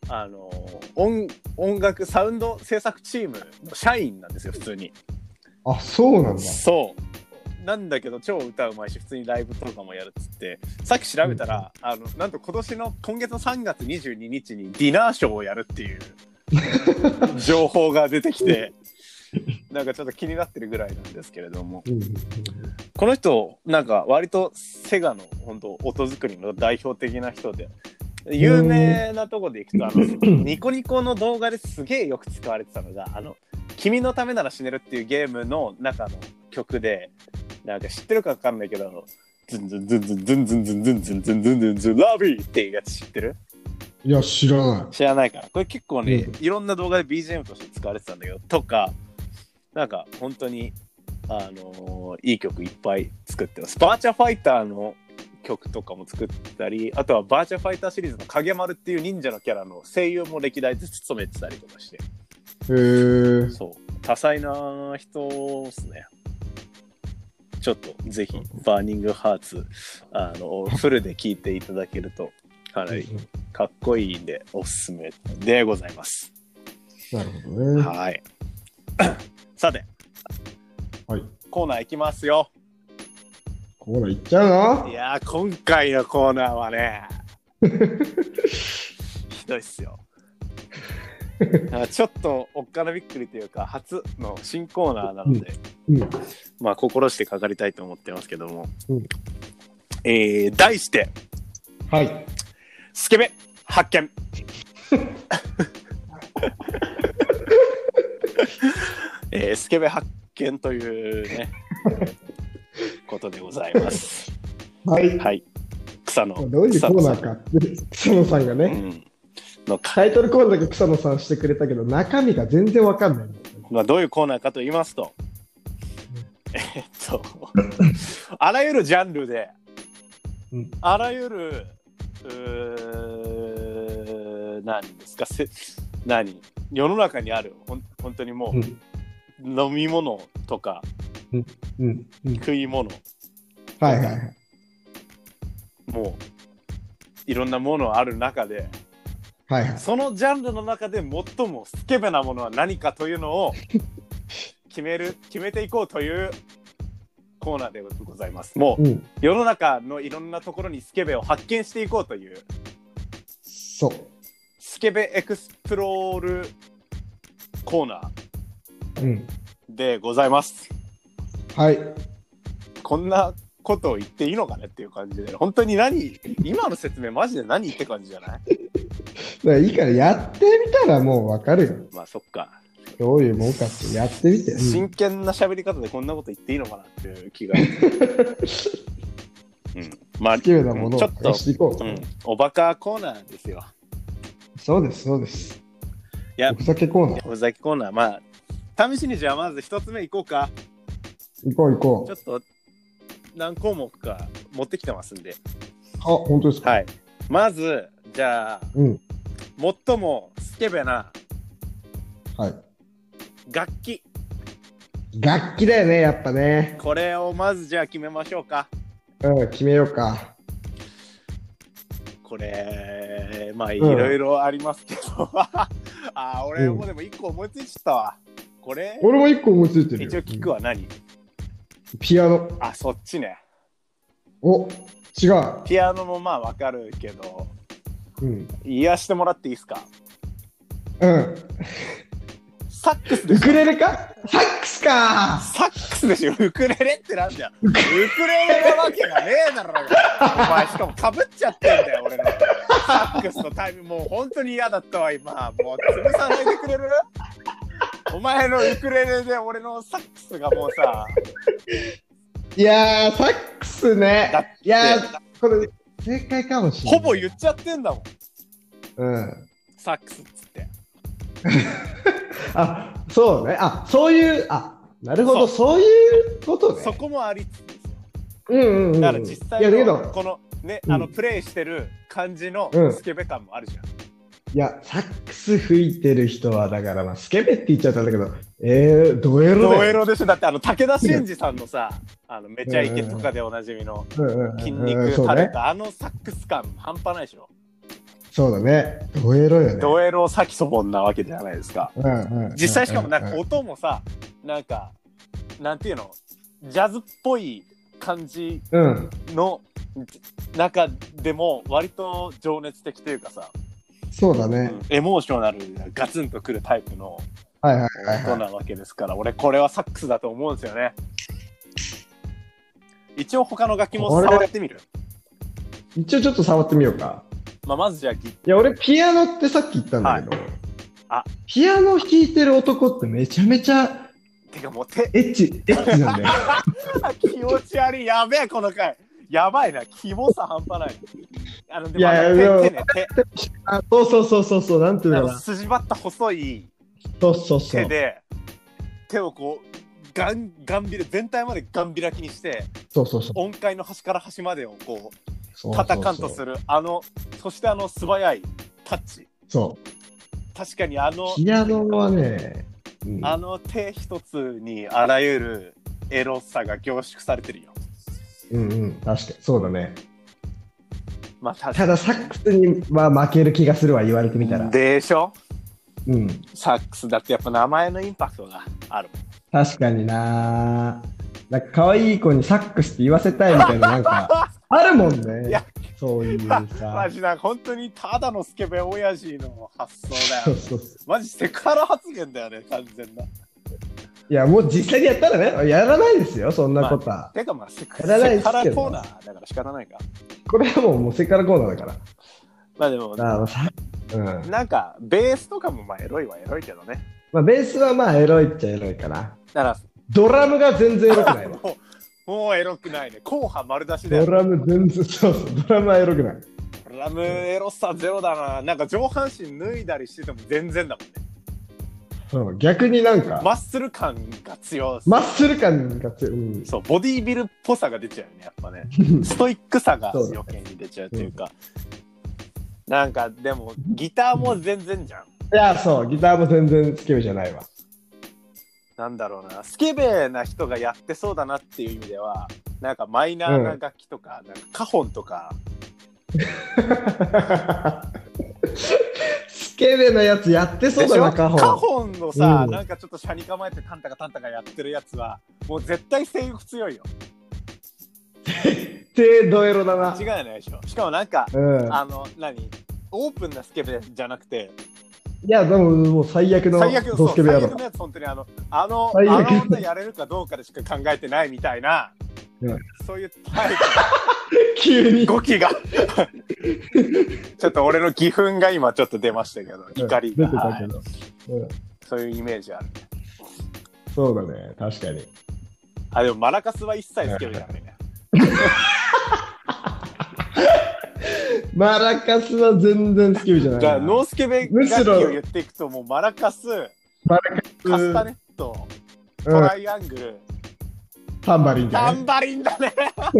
音楽サウンド制作チームの社員なんですよ、普通に。 そうなんだ。 そうなんだけど超歌うまいし、普通にライブとかもやるっつって、さっき調べたら、なんと今月の3月22日にディナーショーをやるっていう情報が出てきてなんかちょっと気になってるぐらいなんですけれども、この人なんか割とセガの本当音作りの代表的な人で、有名なとこでいくとニコニコの動画ですげえよく使われてたのが君のためなら死ねるっていうゲームの中の曲で、なんか知ってるか分かんないけどズンズンズンズンズンズンズンズンズンズンズンズンズンラビーっていうやつ知ってる？ いや知らないから、これ結構ね、いろんな動画で BGM として使われてたんだけど、とかなんか本当にいい曲いっぱい作ってます。バーチャファイターの曲とかも作ったり、あとはバーチャファイターシリーズの影丸っていう忍者のキャラの声優も歴代で務めてたりとかして、そう多彩な人ですね。ちょっとぜひバーニングハーツフルで聴いていただけるとかなりかっこいいんでおすすめでございます。 なるほどね。 はい。さて、コーナーいきますよ。 コーナーいっちゃうの？ いやー、今回のコーナーはねひどいっすよ。ちょっとおっかなびっくりというか初の新コーナーなので、まあ心してかかりたいと思ってますけども、題してスケベ発見スケベ発見というねことでございます。 はい。 草野どういうコーナーか草野さんがね、タイトルコーナーだけ草野さんしてくれたけど中身が全然わかんない。 まあどういうコーナーかと言いますと、あらゆるジャンルで、あらゆる何ですか世の中にある本当にもう、飲み物とか、食い物、もういろんなものある中で、そのジャンルの中で最もスケベなものは何かというのを決めていこうというコーナーでございます。もう、世の中のいろんなところにスケベを発見していこうという、 そう。 スケベエクスプロールコーナーでございます。 はい。 こんなことを言っていいのかねっていう感じで、本当に今の説明マジで何って感じじゃない？ だからいいからやってみたらもうわかるよ。 まあそっか。 どういうもんかってやってみて。 真剣な喋り方でこんなこと言っていいのかなっていう気が。まあ、 好きなものを探していこう。 おバカコーナーですよ。 そうです、そうです。 いや、 おふざけコーナー。 おふざけコーナー。まあ、試しにじゃあまず一つ目いこうか。 行こう行こう。ちょっと何項目か持ってきてますんで。 あ、本当ですか。 はい。まず、じゃあ、最もスケベな、楽器。 楽器だよね、やっぱね。 これをまずじゃあ決めましょうか。 決めようか。 これ、まあいろいろありますけど。俺もでも一個思いついちゃったわ。これ俺も一個思いついてる。 一応聞くは何？ ピアノ。 そっちね。 お、違う。 ピアノもまあわかるけど、言わしてもらっていいですか？サックスでしょ。 ウクレレか？サックスか。 サックスでしょ。ウクレレってなんだよ。ウクレレなわけがねえだろ。お前しかもかぶっちゃってんだよ、俺の。サックスのタイミングもう本当に嫌だったわ、今。もう潰さないでくれる？お前のウクレレで俺のサックスがもうさ。 いやー、サックスね。いやー、これ正解かもしれない。 ほぼ言っちゃってんだもん。サックスっつって。 そうね。そういう、なるほど、そういうことね。 そこもありつつですよ。だから実際のこのね、プレイしてる感じのスケベ感もあるじゃん。 いや、サックス吹いてる人は、だからスケベって言っちゃったんだけど、ドエロだよ。 ドエロでしょ。だって武田真治さんのさ、めちゃイケとかでおなじみの筋肉垂れたサックス感半端ないでしょ。 そうだね。ドエロよね。 ドエロサキソフォンなわけじゃないですか。実際しかもなんか音もさ、なんか、なんていうの、ジャズっぽい感じの中でも割と情熱的というかさ、 そうだね。 エモーショナルガツンとくるタイプの音なわけですから、俺これはサックスだと思うんですよね。一応他の楽器も触ってみる？ 一応ちょっと触ってみようか。 まずじゃあいや、俺ピアノってさっき言ったんだけど、ピアノ弾いてる男ってめちゃめちゃてかもうエッチなんだよ。 気持ち悪い。やべえこの回。やばいな。キモさ半端ない。 いや、手ね、そう、なんていうのかな。 筋張った細い手で、手をこう、ガンビラ、全体までガン開きにして、音階の端から端までをこう、叩かんとする、そして素早いタッチ。そう。確かにピアノはね、 手一つにあらゆるエロさが凝縮されてるよ。 確かにそうだね。 まあ、 ただサックスには負ける気がするわ、言われてみたら。 でしょ。サックスだってやっぱ名前のインパクトがある。 確かにな。なんか可愛い子にサックスって言わせたいみたいななんかあるもんね。いや、そういうさ。 マジなんか本当にただのスケベ親父の発想だよ。マジセクハラ発言だよね、完全な。 いや、もう実際にやったらね、やらないですよ、そんなことは。 てかセクハラコーナーだから仕方ないか。 これはもうセクハラコーナーだから。 まあでも、なんかベースとかもエロいはエロいけどね。 まあベースはエロいっちゃエロいかな。 だからドラムが全然エロくないわ。 もうエロくないね。硬派丸出しだよ。 ドラム全然、そう、ドラムはエロくない。 ドラムエロさゼロだな。なんか上半身脱いだりしてても全然だもんね。 逆になんかマッスル感が強い。 マッスル感が強い。 そう、ボディービルっぽさが出ちゃうよね、やっぱね。ストイックさが余計に出ちゃうというか。なんかでもギターも全然じゃん。 いや、そう、ギターも全然スケベじゃないわ。 なんだろうな、スケベな人がやってそうだなっていう意味では、なんかマイナーな楽器とか、なんかカホンとか。 スケベなやつやってそうだな、カホン。 カホンのさ、なんかちょっと車に構えてタンタカやってるやつは、もう絶対性欲強いよ。 低ドエロだな。 間違いないでしょ。しかもなんか、 うん、 オープンなスケベじゃなくて、 いや、でももう最悪のドスケベやろ。 最悪のやつ、本当にあの女やれるかどうかでしか考えてないみたいな、うん、そういうタイプ急に動きがちょっと俺の義憤が今ちょっと出ましたけど、怒りが、出てたけど、うん、そういうイメージある。 そうだね、確かに。 あ、でもマラカスは一切スケベじゃないね。 マラカスは全然スケベじゃない。 じゃあノースケベ楽器を言っていくと、もうマラカス、カスタネット、トライアングル、 タンバリンだね。 タンバリンだね。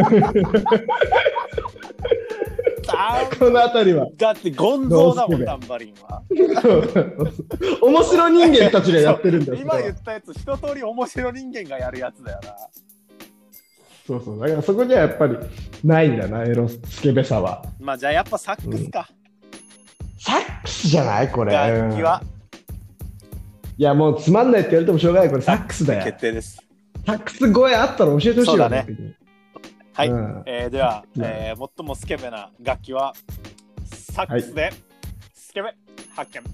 このあたりはだってゴンゾーだもん、タンバリンは。 面白人間たちがやってるんだよ。 今言ったやつ一通り面白人間がやるやつだよな。 そうそう、だからそこにはやっぱりないんだな、エロスケベさは。 まあじゃあやっぱサックスか、 サックスじゃないこれ。 楽器は、 いやもうつまんないって言われてもしょうがない。これサックスだよ。 決定です。 サックス声あったら教えてほしいよ。 そうだね。はい、では、最もスケベな楽器はサックスで、はい、スケベ発見。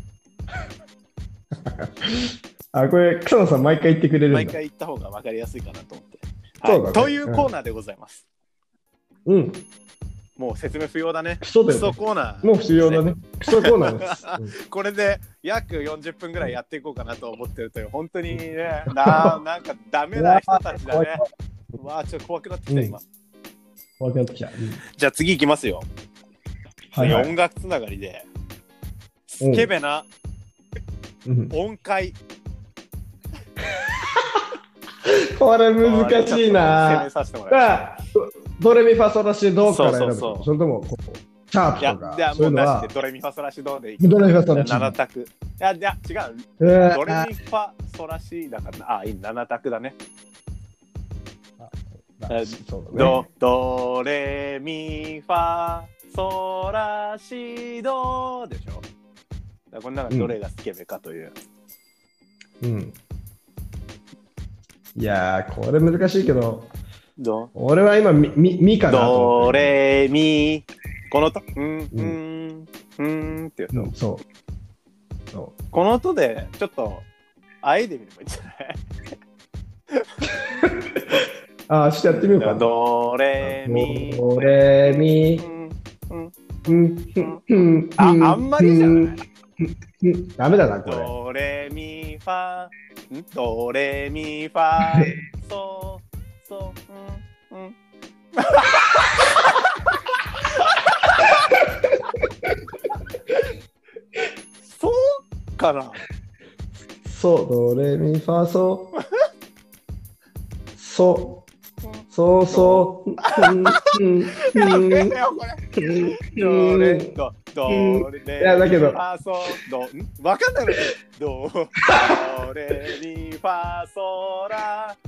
あ、これ草野さん毎回言ってくれるんだ。 毎回言った方が分かりやすいかなと思って。はいね、というコーナーでございます。 うん。 もう説明不要だね。 クソコーナー、 もう不要だね。クソコーナーです。 これで約40分ぐらいやっていこうかなと思ってるという、本当にね、なんかダメな人たちだね。わあ、ちょっと怖くなってきた、今。 怖くなってきた。 じゃあ次いきますよ。 はいはい、 音楽つながりで、スケベな音階。 これ難しいな。ドレミファソラシドから選ぶ。それともこうシャープとか。 いやもうなしでドレミファソラシドでいい。 ドレミファソラシ 7択。いや違う。ドレミファソラシだから、いい7択だね。ドレミファソラシドでしょ。この中でどれがスケベかという。 うん。いやー、これ難しいけど、俺は今ミかなと思って。 ドレミ、この音、っていうと、 そう。 この音でちょっとあえでみればいいんじゃない？ ちょっとやってみようか。 ドレミ、あんまりじゃない？ ダメだな、これ。 ドレミファ、ドレミファ、ソ、そうかな。 そう、ドレミファソ。そう。 やべえよこれ。ドレいやだけど。 わかんないの。ドレミファソラ。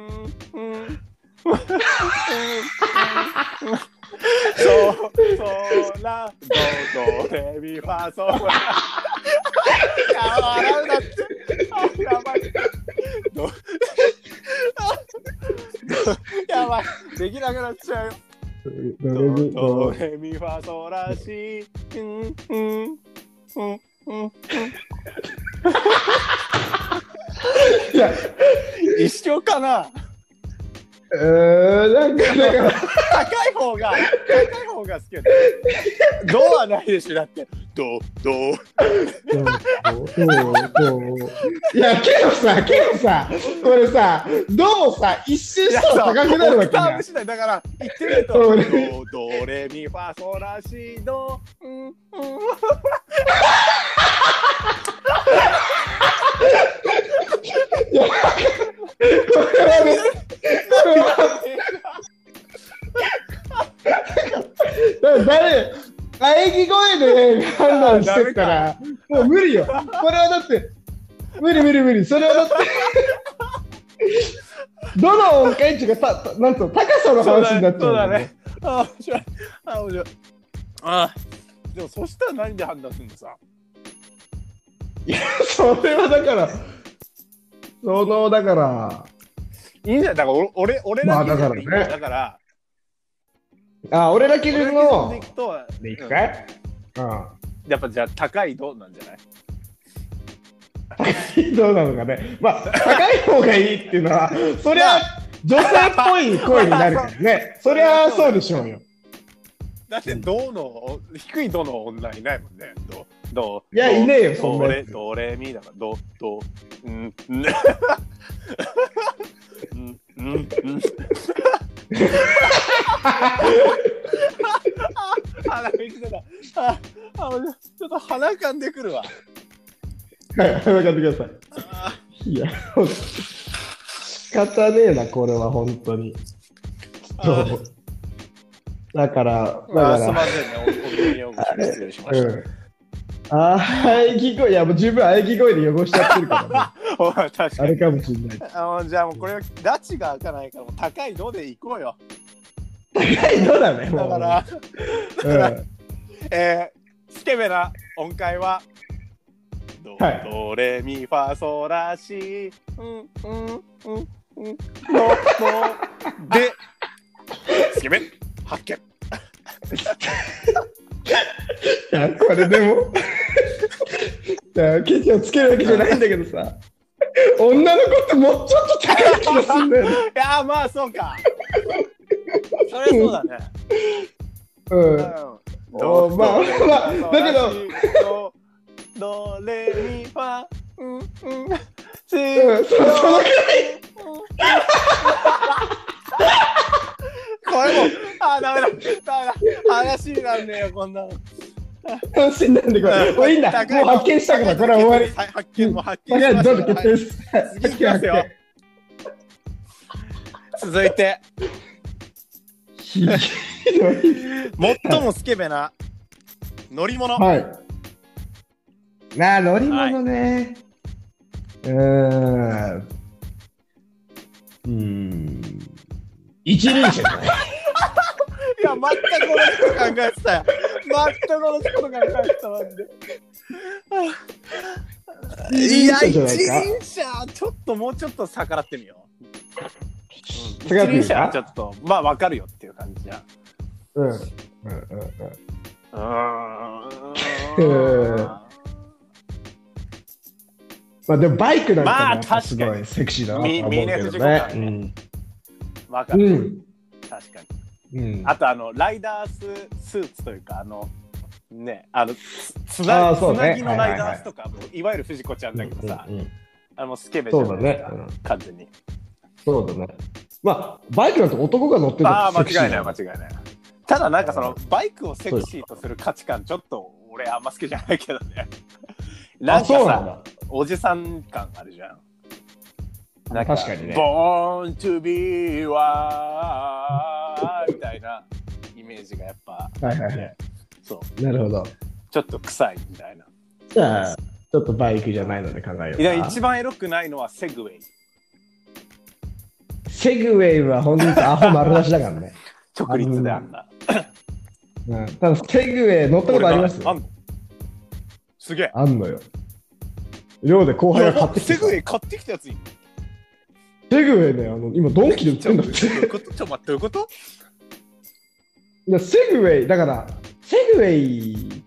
ソラドレミファソラ。笑うなって。やばい。やばい。できなくなっちゃうよ。ドレミファソラシ。 いや一緒かな。 なんか高い方が好きだ。ドはないでしょ。だってドいやけどさこれさドをさ一周したら高くなるわけじゃん。 だから言ってみるとドレミファソラシドいやこれはね誰喘ぎ声で判断してるからもう無理よ。これはだって無理。それはだってどの音階値がなんと高さの話になっちゃう。 そうだね。面白い。でもそしたら何で判断するのさ。 いやそれはだからいいんじゃない。 だから俺だけじゃない。 だからね。 だから俺ら基準のでいくとでいくかい、 やっぱじゃあ高い度なんじゃない？ どうなのかね。まあ、高い方がいいっていうのは、そりゃ、女性っぽい声になるからね。そりゃそうでしょうよ。 だって、低い度の女いないもんね。 いや、いねえよ、そんなやつ。 ドレミだから、鼻が来てた。ちょっと鼻かんでくるわ。 はい、分かってください。いや、仕方ねえな、これは本当に。だから、 すみませんね、お用語失礼しました。 喘ぎ声、いや、もう十分喘ぎ声で汚しちゃってるからね。 確かに。 あれかもしれない。 じゃあもうこれは、拉致が開かないから、もう高い度でいこうよ。 高い度だね、もう。 だから、スケベな音階は、ドレミファソラシでスケベ発見。 いやこれでもケチをつけるわけじゃないんだけどさ、女の子ってもうちょっと高い気がするんだよね。 いやまあそうか。それそうだね。 まあだけどドレミファそのくらいこれもダメだ話になんねえよこんなの。 話になんでこれもういいんだ、もう発見したからこれは終わり。 発見しました。 どうぞ決定です。 次いきますよ。続いて最もスケベな乗り物。 はい。乗り物ね。一輪車じゃない。 いや、全く同じこと考えてたよ。全く同じこと考えてたマジで。いや、一輪車、ちょっともうちょっと逆らってみよう。一輪車はちょっと、まあ分かるよっていう感じじゃん。 まあでもバイクなんかね、すごいセクシーだなと思うけどね。 わかる。確かに。あとライダースーツというかね、つなぎのライダースとか、いわゆる藤子ちゃんだけどさ、スケベじゃないですか、完全に。 そうだね。まあバイクなんて男が乗ってたら間違いない間違いない。ただなんかそのバイクをセクシーとする価値観ちょっと俺あんま好きじゃないけどね。なんかさ、おじさん感あるじゃん。なんか確かにね。 Born to be wild みたいなイメージがやっぱ。そう。 なるほど。 ちょっと臭いみたいな。 じゃあちょっとバイクじゃないので考えようか。 いや一番エロくないのはセグウェイ。 セグウェイは本当にアホ丸出しだからね。 直立であんな。 ただセグウェイ乗ったことあります？ すげえ。 あんのよ。寮で後輩が買ってきて。 セグウェイ買ってきたやついいの？ セグウェイね、今ドンキで売ってんだって。 ちょっと待って、どういうこと？ いや、セグウェイ、だから、セグウェイって、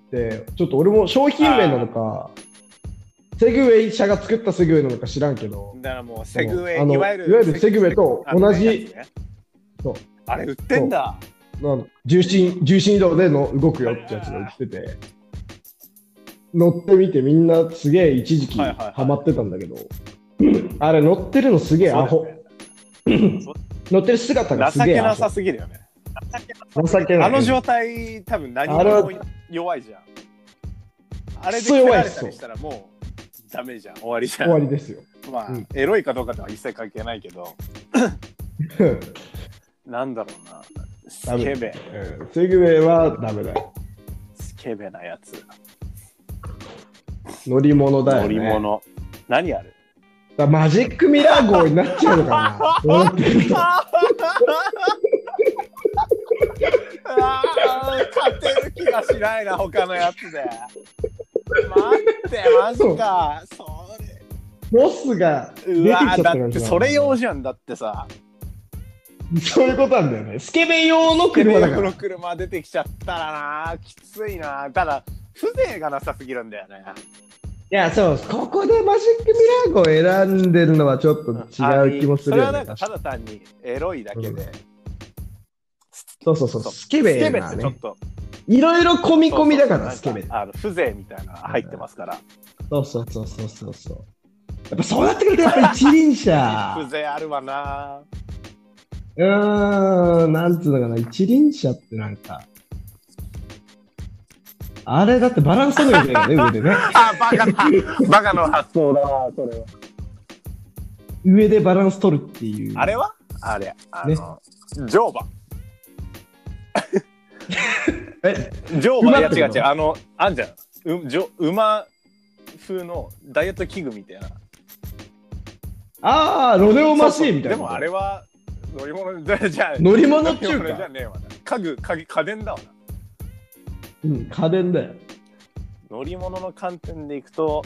ちょっと俺も商品名なのか、セグウェイ社が作ったセグウェイなのか知らんけど、 だからもうセグウェイ、 いわゆるセグウェイと同じ、 そうあれ売ってんだ。 重心移動での動くよってやつが売ってて、乗ってみてみんなすげえ一時期ハマってたんだけど、あれ乗ってるのすげえアホ。乗ってる姿がすげえアホ。 情けなさすぎるよね。 情けない。 あの状態多分何にも弱いじゃん。あれで蹴られたりしたらもうダメじゃん。終わりじゃん。 終わりですよ。 まあ、エロいかどうかとは一切関係ないけど。なんだろうな。スケベ。 セグウェイはダメだよ。 スケベなやつ。 乗り物だよね。 乗り物。何ある？ マジックミラー号になっちゃうのかな。勝てる気がしないな、他のやつで。待って、マジか。それ。 ボスが出てきちゃったから。 だってそれ用じゃん。だってさ。 そういうことなんだよね。スケベ用の車だから。 スケベ用の車出てきちゃったらな、きついな。ただ、風情がなさすぎるんだよね。 いや、そう、ここでマジックミラー号を選んでるのはちょっと違う気もするよね。 それはなんかただ単にエロいだけで。 そうそうそう、スケベなね。 ってちょっと。 いろいろ込み込みだから、スケベ。 風情みたいなのが入ってますから。 そうそうそうそうそうそう。やっぱそうなってくるとやっぱ一輪車。 風情あるわな。 なんつうのかな、一輪車ってなんか。あれだってバランス取るんだよね、上でね。 バカの発想だな、それは。 上でバランス取るっていう。 あれは乗馬。乗馬、いや違う違う、あんじゃん。馬風のダイエット器具みたいな。 ロデオマシーンみたいな。 でもあれは乗り物じゃ乗り物っていうか。 じゃねえわな。家電だわな。 うん、家電だよ。 乗り物の観点でいくと、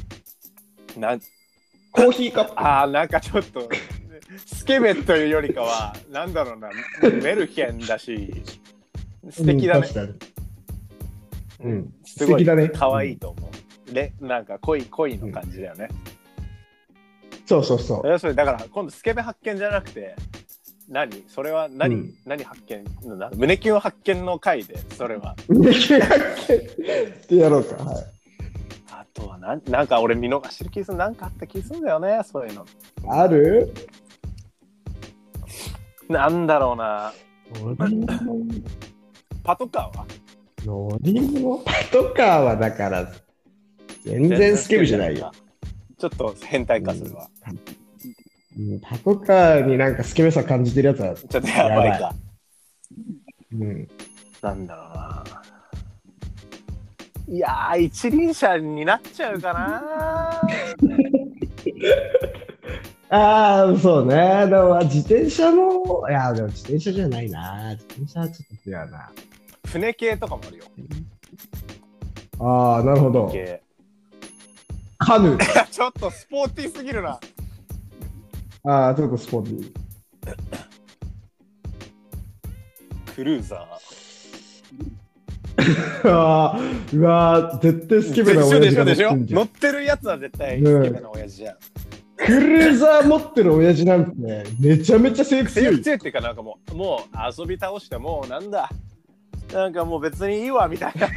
コーヒーカップ。 なんかちょっと、スケベというよりかは、なんだろうな、メルヘンだし、素敵だね。 確かに。うん、 すごい可愛いと思う。なんか恋の感じだよね。 そうそうそう。 それだから今度スケベ発見じゃなくて、それは何発見胸キュン発見の回で、それは。 胸キュン発見ってやろうか。はい。 あとはなんか俺見逃してる気する、なんかあった気するんだよね、そういうの。 ある？ なんだろうな。パトカーは？ 乗り物？パトカーはだから全然スケベじゃないよ。 ちょっと変態化するわ。 パトカーになんかスケベさ感じてるやつはちょっとやばいか。なんだろうな。いやー、一輪車になっちゃうかな。そうね。でも自転車も、でも自転車じゃないな。自転車はちょっと違うな。 船系とかもあるよ。 なるほど。カヌー。 ちょっとスポーティーすぎるな。 ちょっとスポーティー。 クルーザー。うわ絶対スケベな親父が乗ってんじゃん。 乗ってるやつは絶対スケベな親父じゃん。 クルーザー持ってる親父なんてめちゃめちゃ性欲強い。 強いっていうか、なんかもう遊び倒してもうなんだ。なんかもう別にいいわみたいな。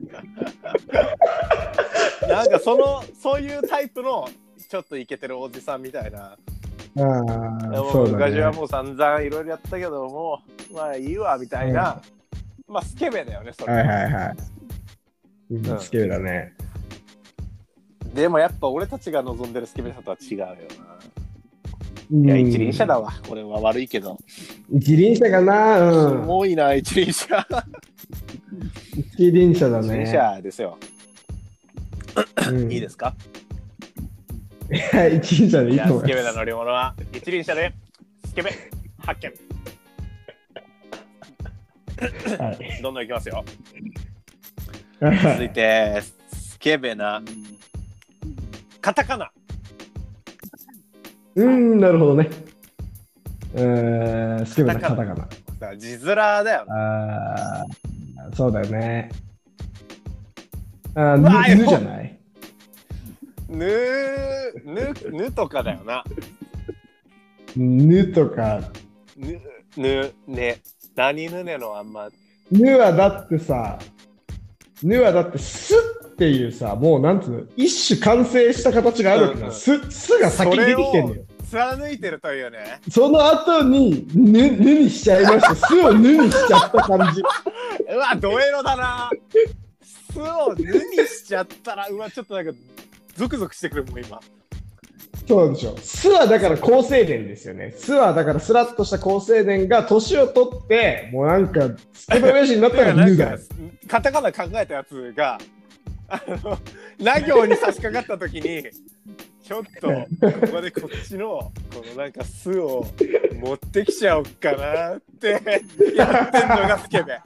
なんかそういうタイプのちょっとイケてるおじさんみたいな。そうだね、昔はもう散々いろいろやったけどもうまあいいわみたいな、まあスケベだよねそれ。 スケベだね。 でもやっぱ俺たちが望んでるスケベさとは違うよな。いや一輪車だわ、これは悪いけど。 一輪車かな。 多いな一輪車。 一輪車だね。 一輪車ですよ。いいですか？ 一輪車でいいと思います。 スケベな乗り物は一輪車でスケベ発見。どんどんいきますよ。続いてスケベなカタカナ。 なるほどね。スケベなカタカナ。 字面だよね。 そうだよね。ぬじゃない？ ぬとかだよな。 ぬとか。 ね。何ぬねのあんま。 ぬはだってすっていうさ、もうなんつうの、一種完成した形があるわけだ。すが先に出てきてんのよ。 貫いてるというね。 その後にぬにしちゃいました。すをぬにしちゃった感じ。 うわ、ドエロだな。すをぬにしちゃったら、うわ、ちょっとなんかゾクゾクしてくるもん今。 そうでしょ。すはだから高青年ですよね。すはだからスラッとした高青年が年を取って、もうなんかスケベ親父になったらぬだ。 カタカナ考えたやつがな行に差し掛かった時にちょっとここでこっちのこのなんかすを持ってきちゃおうかなってやってんのがスケベ。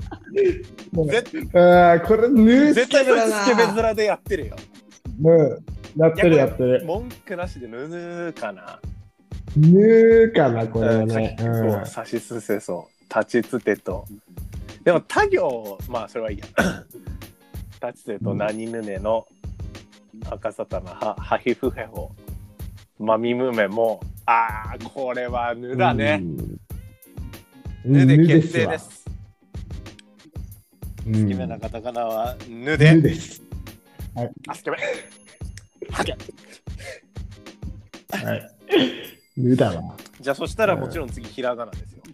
これぬ絶対スケベ面でやってるよ。 やってる。 文句なしでぬかな。 ぬかな、これはね。 さしすせそ、立ちつてと。でも、他行、まあ、それはいいや。立ちつてと、何ぬねの、赤さたな、はひふへほ、まみむめも、これはぬだね。ぬで決定です。好きなカタカナはぬで。 ぬです。はい。 あ、すけべ。はけ。 はい。ぬだわ。 じゃあそしたらもちろん次ひらがなですよ。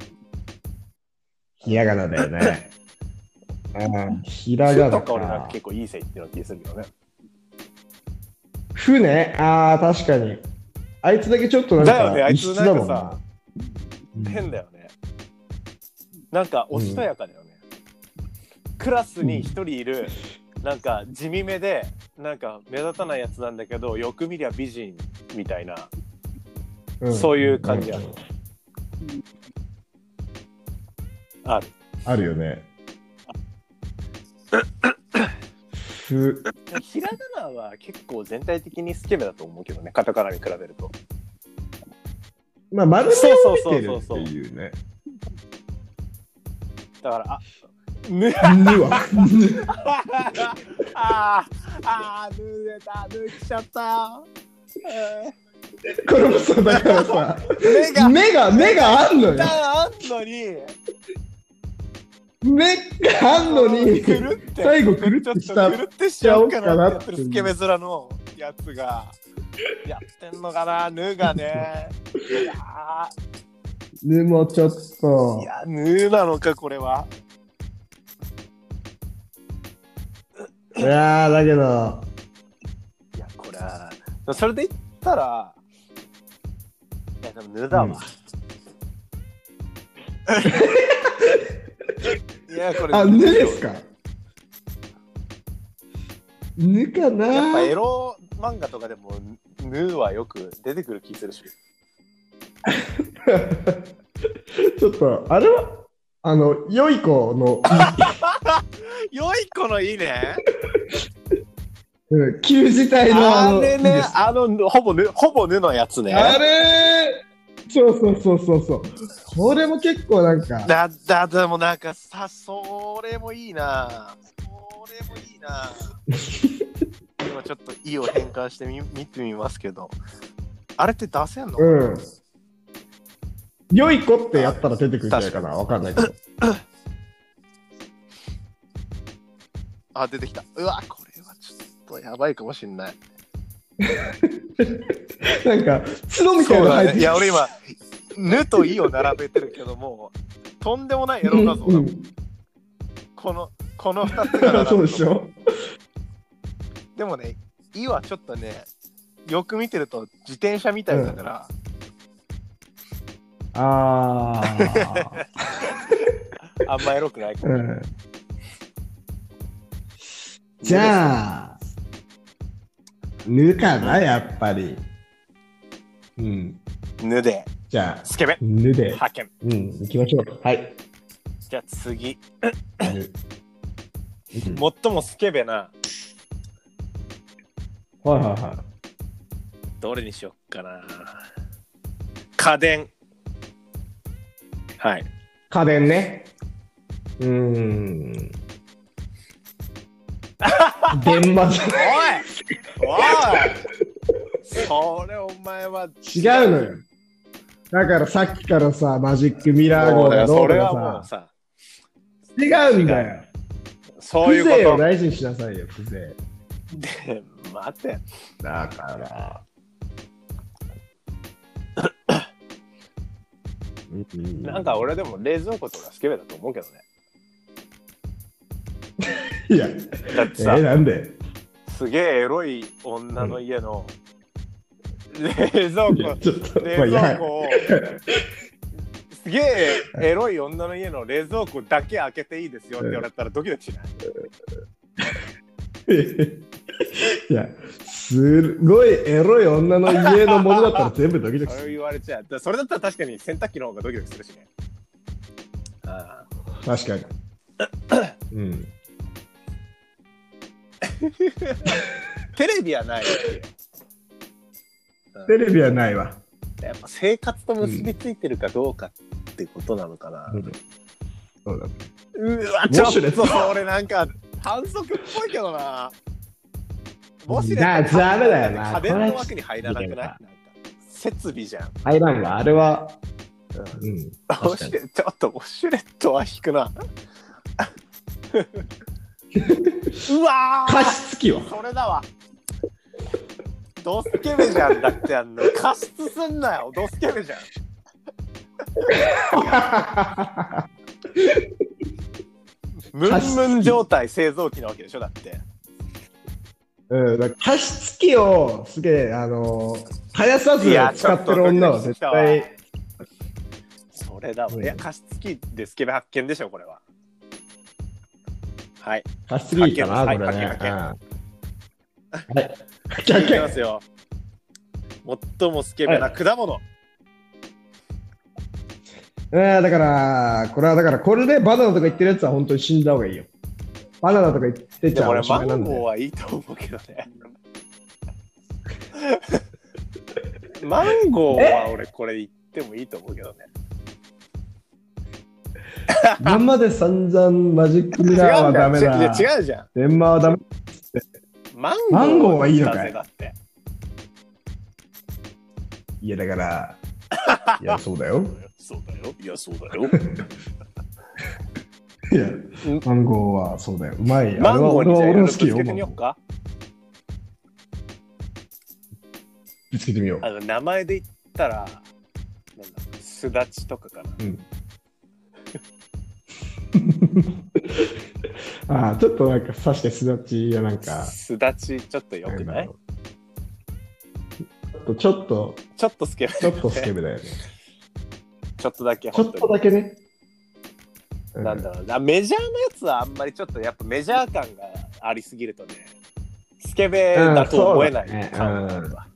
ひらがなだよね。ひらがなか。 俺が結構いい線いってる気がするけどね。 ふね。確かに。あいつだけちょっとなんかだよね。あいつなんかさ、変だよね。なんかおしとやかだよね。クラスに一人いる、なんか地味めでなんか目立たないやつなんだけど、よく見りゃ美人みたいな、そういう感じある。 あるよね。 ひらがなは結構全体的にスケベだと思うけどね、カタカナに比べると。 まあ丸めを見てるっていうね。 だからぬはぬきちゃったよ。 これもそうだからさ、目があんのよ。目があんのに最後くるってしちゃおうかなってやってるスケベ面のやつがやってんのかな。ぬがね。 ぬもちょっと。 いや、ぬなのかこれは。 いやだけど。 いや、これはそれで言ったら、いやでもぬだわ。いや、これぬですか。ぬかな。 やっぱエロ漫画とかでもぬはよく出てくる気するし。 ちょっとあれは良い子の良い子のいいね。 旧字体のあれね、ほぼぬのやつね。 あれそうこれも結構なんかでもなんかさ、それもいいな。今ちょっと意を変換して見てみますけど、あれって出せんの？ 良い子ってやったら出てくるんじゃないかな。わかんないけど。 出てきた。うわ、これはちょっとやばいかもしんない。 なんか角みたいなの入って、 いや、俺今ぬといを並べてるけども、とんでもないエロ画像だもん。この2つが並ぶ。 そうでしょ。 でもね、いはちょっとね、よく見てると自転車みたいだから。あんまエロくないかも。 じゃあぬかな、やっぱり。 ぬで。 じゃあスケベ。 ぬで。 はけん。 行きましょう。はい。 じゃあ次。最もスケベな。どれにしよっかな。家電。はい。 家電ね。電話じゃない。 おいそれお前は違うのよ。だからさっきからさ、マジックミラー号がどうとかさ、違うんだよ。 そういうこと。 風情を大事にしなさいよ、風情。 で、待て。 だからなんか俺でも冷蔵庫とかスケベだと思うけどね。 いや、 だってさ、 なんですげえエロい女の家の冷蔵庫をすげえエロい女の家の冷蔵庫だけ開けていいですよって言われたらドキドキしない？ いや、すごいエロい女の家のものだったら全部ドキドキする。 それ言われちゃう。それだったら確かに洗濯機の方がドキドキするしね。 確かに。 テレビはない。 テレビはないわ。 やっぱ生活と結びついてるかどうかってことなのかな。 そうだ。 うわ、ちょっとそれなんか反則っぽいけどな。もしダメだよな。 家電の枠に入らなくない？なんか設備じゃん。 入らんが、あれは。 ちょっとウォシュレットは引くな。うわー、 加湿器はそれだわ。ドスケベじゃん。だって加湿すんなよ。ドスケベじゃん。ムンムン状態製造機なわけでしょ、だって。 だから加湿器をすげえ絶やさず使ってる女は絶対。 それだわ。いや、加湿器でスケベ発見でしょ、これは。はい。 加湿器かな、これね。はい。 いきますよ。最もスケベな果物。 だから、これでバナナとか言ってるやつは本当に死んだ方がいいよ。バナナとか言ってちゃう。 マンゴーはいいと思うけどね。マンゴーは俺これ言ってもいいと思うけどね。 今まで散々マジックミラーはダメだ。 違うじゃん。 デンマーはダメ。 マンゴーはいいのかい。 だって。 いやだから、いやそうだよ。 そうだよ。いやそうだよ。 いや、マンゴーはそうだよ。うまい。 マンゴーに俺も好きよ。 ぶつけてみようか。 ぶつけてみよう。名前で言ったら、なんだ、すだちとかかな。 ちょっとなんか刺してすだちやなんか。 すだちちょっとよくない？ ちょっとスケベ。 ちょっとスケベだよね。 ちょっとだけ。 ちょっとだけね。 なんだろうな、メジャーのやつはあんまりちょっとやっぱメジャー感がありすぎるとね、スケベだと思えない感があるわ。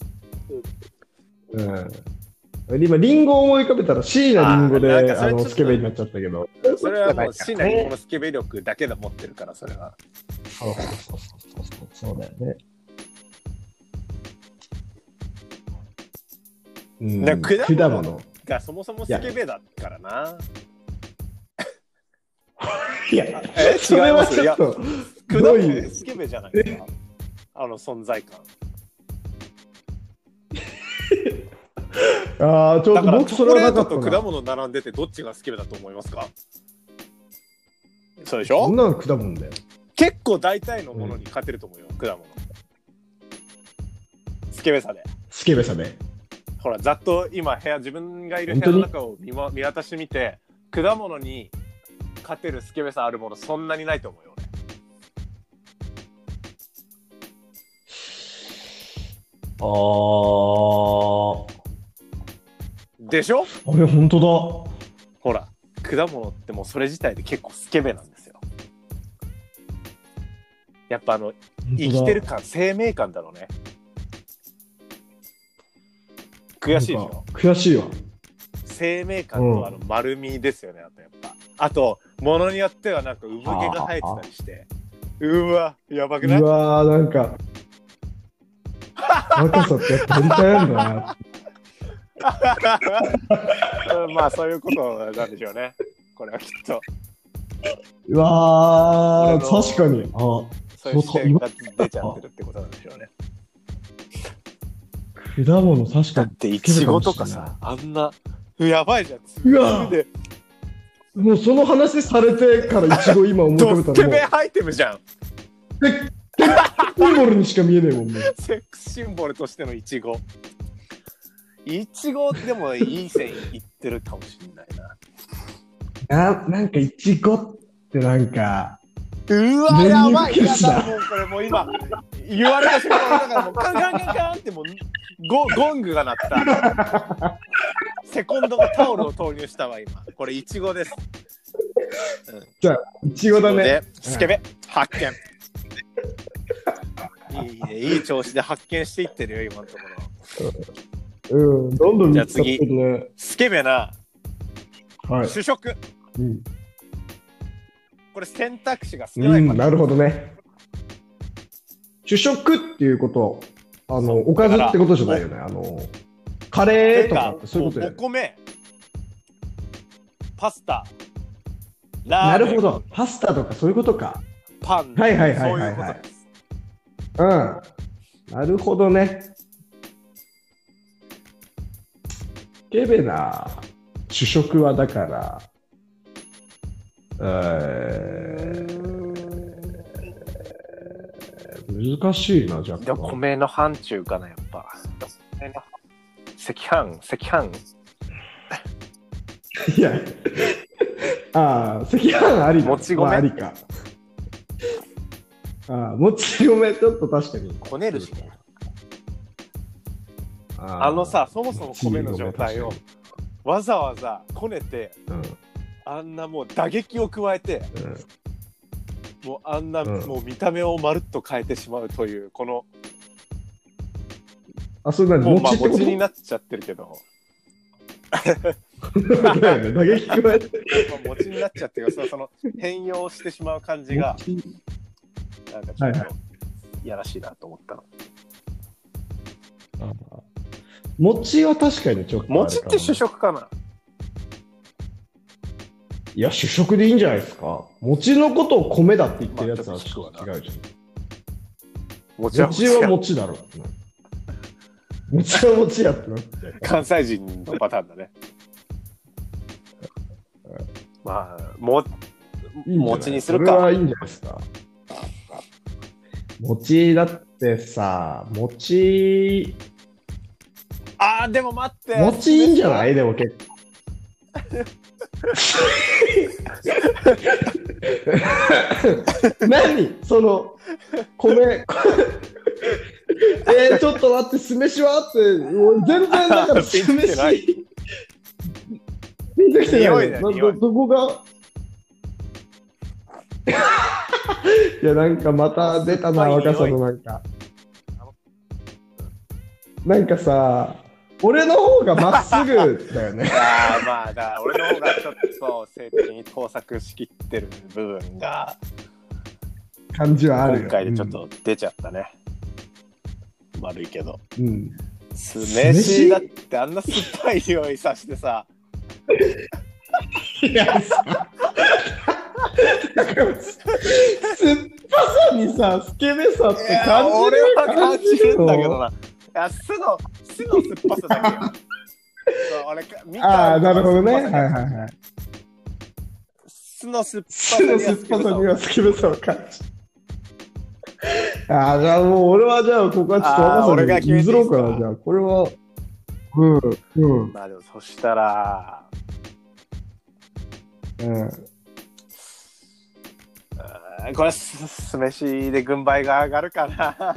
今リンゴを思い浮かべたら椎名林檎でスケベになっちゃったけど、 それはもう椎名林檎のスケベ力だけで持ってるから、それは。 そうだよね。果物がそもそもスケベだからな。 いや、 違いますよ。いや、果物スケベじゃないですか。存在感。 ちょっと僕それはなかったな。 チョコレートと果物並んでてどっちがスケベだと思いますか？そうでしょ？ そんなの果物だよ。 結構大体のものに勝てると思うよ、果物。スケベさで。 スケベさで。 ほら、ざっと今自分がいる部屋の中を見渡してみて、果物に勝てるスケベさあるものそんなにないと思うよ、俺。でしょ？ あれ、ほんとだ。 ほら、果物ってもうそれ自体で結構スケベなんですよ。やっぱ生きてる感、生命感だろうね。悔しいでしょ？ 悔しいわ。 生命感と丸みですよね、あとやっぱ。あと、ものによってはなんか産毛が生えてたりして。うわ、やばくない？ うわー、なんか。若さってやっぱ取り替えるんだな。 まあそういうことなんでしょうね。これはきっと。 うわー、確かに。 そういう視点が出ちゃってるってことなんでしょうね。 果物確かに。 だってイチゴとかさ、あんなやばいじゃん。 うわもうその話されてからイチゴ今思い浮かべたらもう。 ドスケベアイテムじゃん。 シンボルにしか見えないもんね。 セックスシンボルとしてのイチゴ。イチゴでもいい線いってるかもしれないな。なんかイチゴってなんか。 うわやばい。いやだもうこれもう今言われた瞬間だからもうカンカンカンカンってもうゴングが鳴った。セコンドがタオルを投入したわ今。これイチゴです。 じゃあイチゴだね。 スケベ発見。いいね、いい調子で発見していってるよ今のところ。どんどん見つかってるね。じゃあ次スケベな主食。これ選択肢が少ないから。 なるほどね。主食っていうこと、おかずってことじゃないよね。 カレーとかってそういうことや。 お米、パスタ、ラーメン。 なるほど。パスタとかそういうことか。 パン。 はいはいはいそうはいはい。 いうことです。 うん。なるほどね。ケベな主食はだから、難しいな、じゃあ。 でも米の範疇かな、やっぱ。赤飯。 いや、赤飯ありだ。 もち米、 まあ、ありか。もち米ちょっと確かに。 こねるしね。そもそも米の状態をわざわざこねて、あんなもう打撃を加えて、もうあんな、もう見た目をまるっと変えてしまうというこのそれ何もう餅になっちゃってるけど打撃加えて餅になっちゃってるその変容してしまう感じがなんかちょっといやらしいなと思ったの。 餅は確かにちょっと餅って主食かな。 いや主食でいいんじゃないですか。餅のことを米だって言ってるやつはちょっと違うじゃん。餅は餅だろ。餅は餅やってなって関西人のパターンだね。まあ餅にするか。 それはいいんじゃないですか。餅だってさ、餅でも待って。 餅いいんじゃない？でも結構。何その米ちょっと待って酢飯はって全然だから酢飯ピンときてないよ。どこがいやなんかまた出たな若さのなんかさ俺の方がまっすぐだよね。 まあだから俺の方がちょっと性的に盗作しきってる部分が感じはあるよ。 今回でちょっと出ちゃったね。悪いけど。酢飯だってあんな酸っぱい匂いさしてさ。 いや酸っぱさにさスケベさって感じる。 俺は感じるんだけどな。酢の酸っぱさだけよ。 なるほどね。はいはいはい。 酢の酸っぱさにはスケベさを感じる。じゃあもう俺はじゃあここはちょっと若さに譲ろうかな。じゃあこれはまあでもそしたらこれ酢飯で軍配が上がるかな。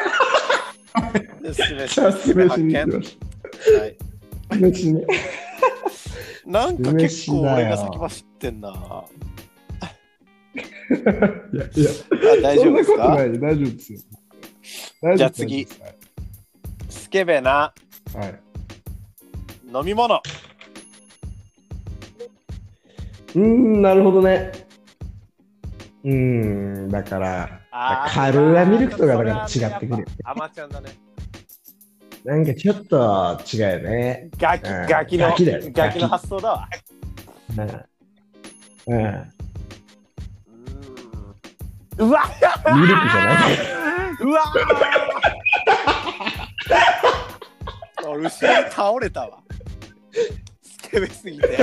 酢飯に発見。 飯ね。 なんか結構俺が先走ってんな。 いや大丈夫ですか？ 大丈夫ですよ。 じゃあ次スケベな飲み物。 なるほどね。だからカルーアミルクとかだから違ってくる。 アマちゃんだね。 なんかちょっと違うよね。 ガキの発想だわ。うわミルクじゃない。 うわ俺後ろに倒れたわ。スケベすぎて。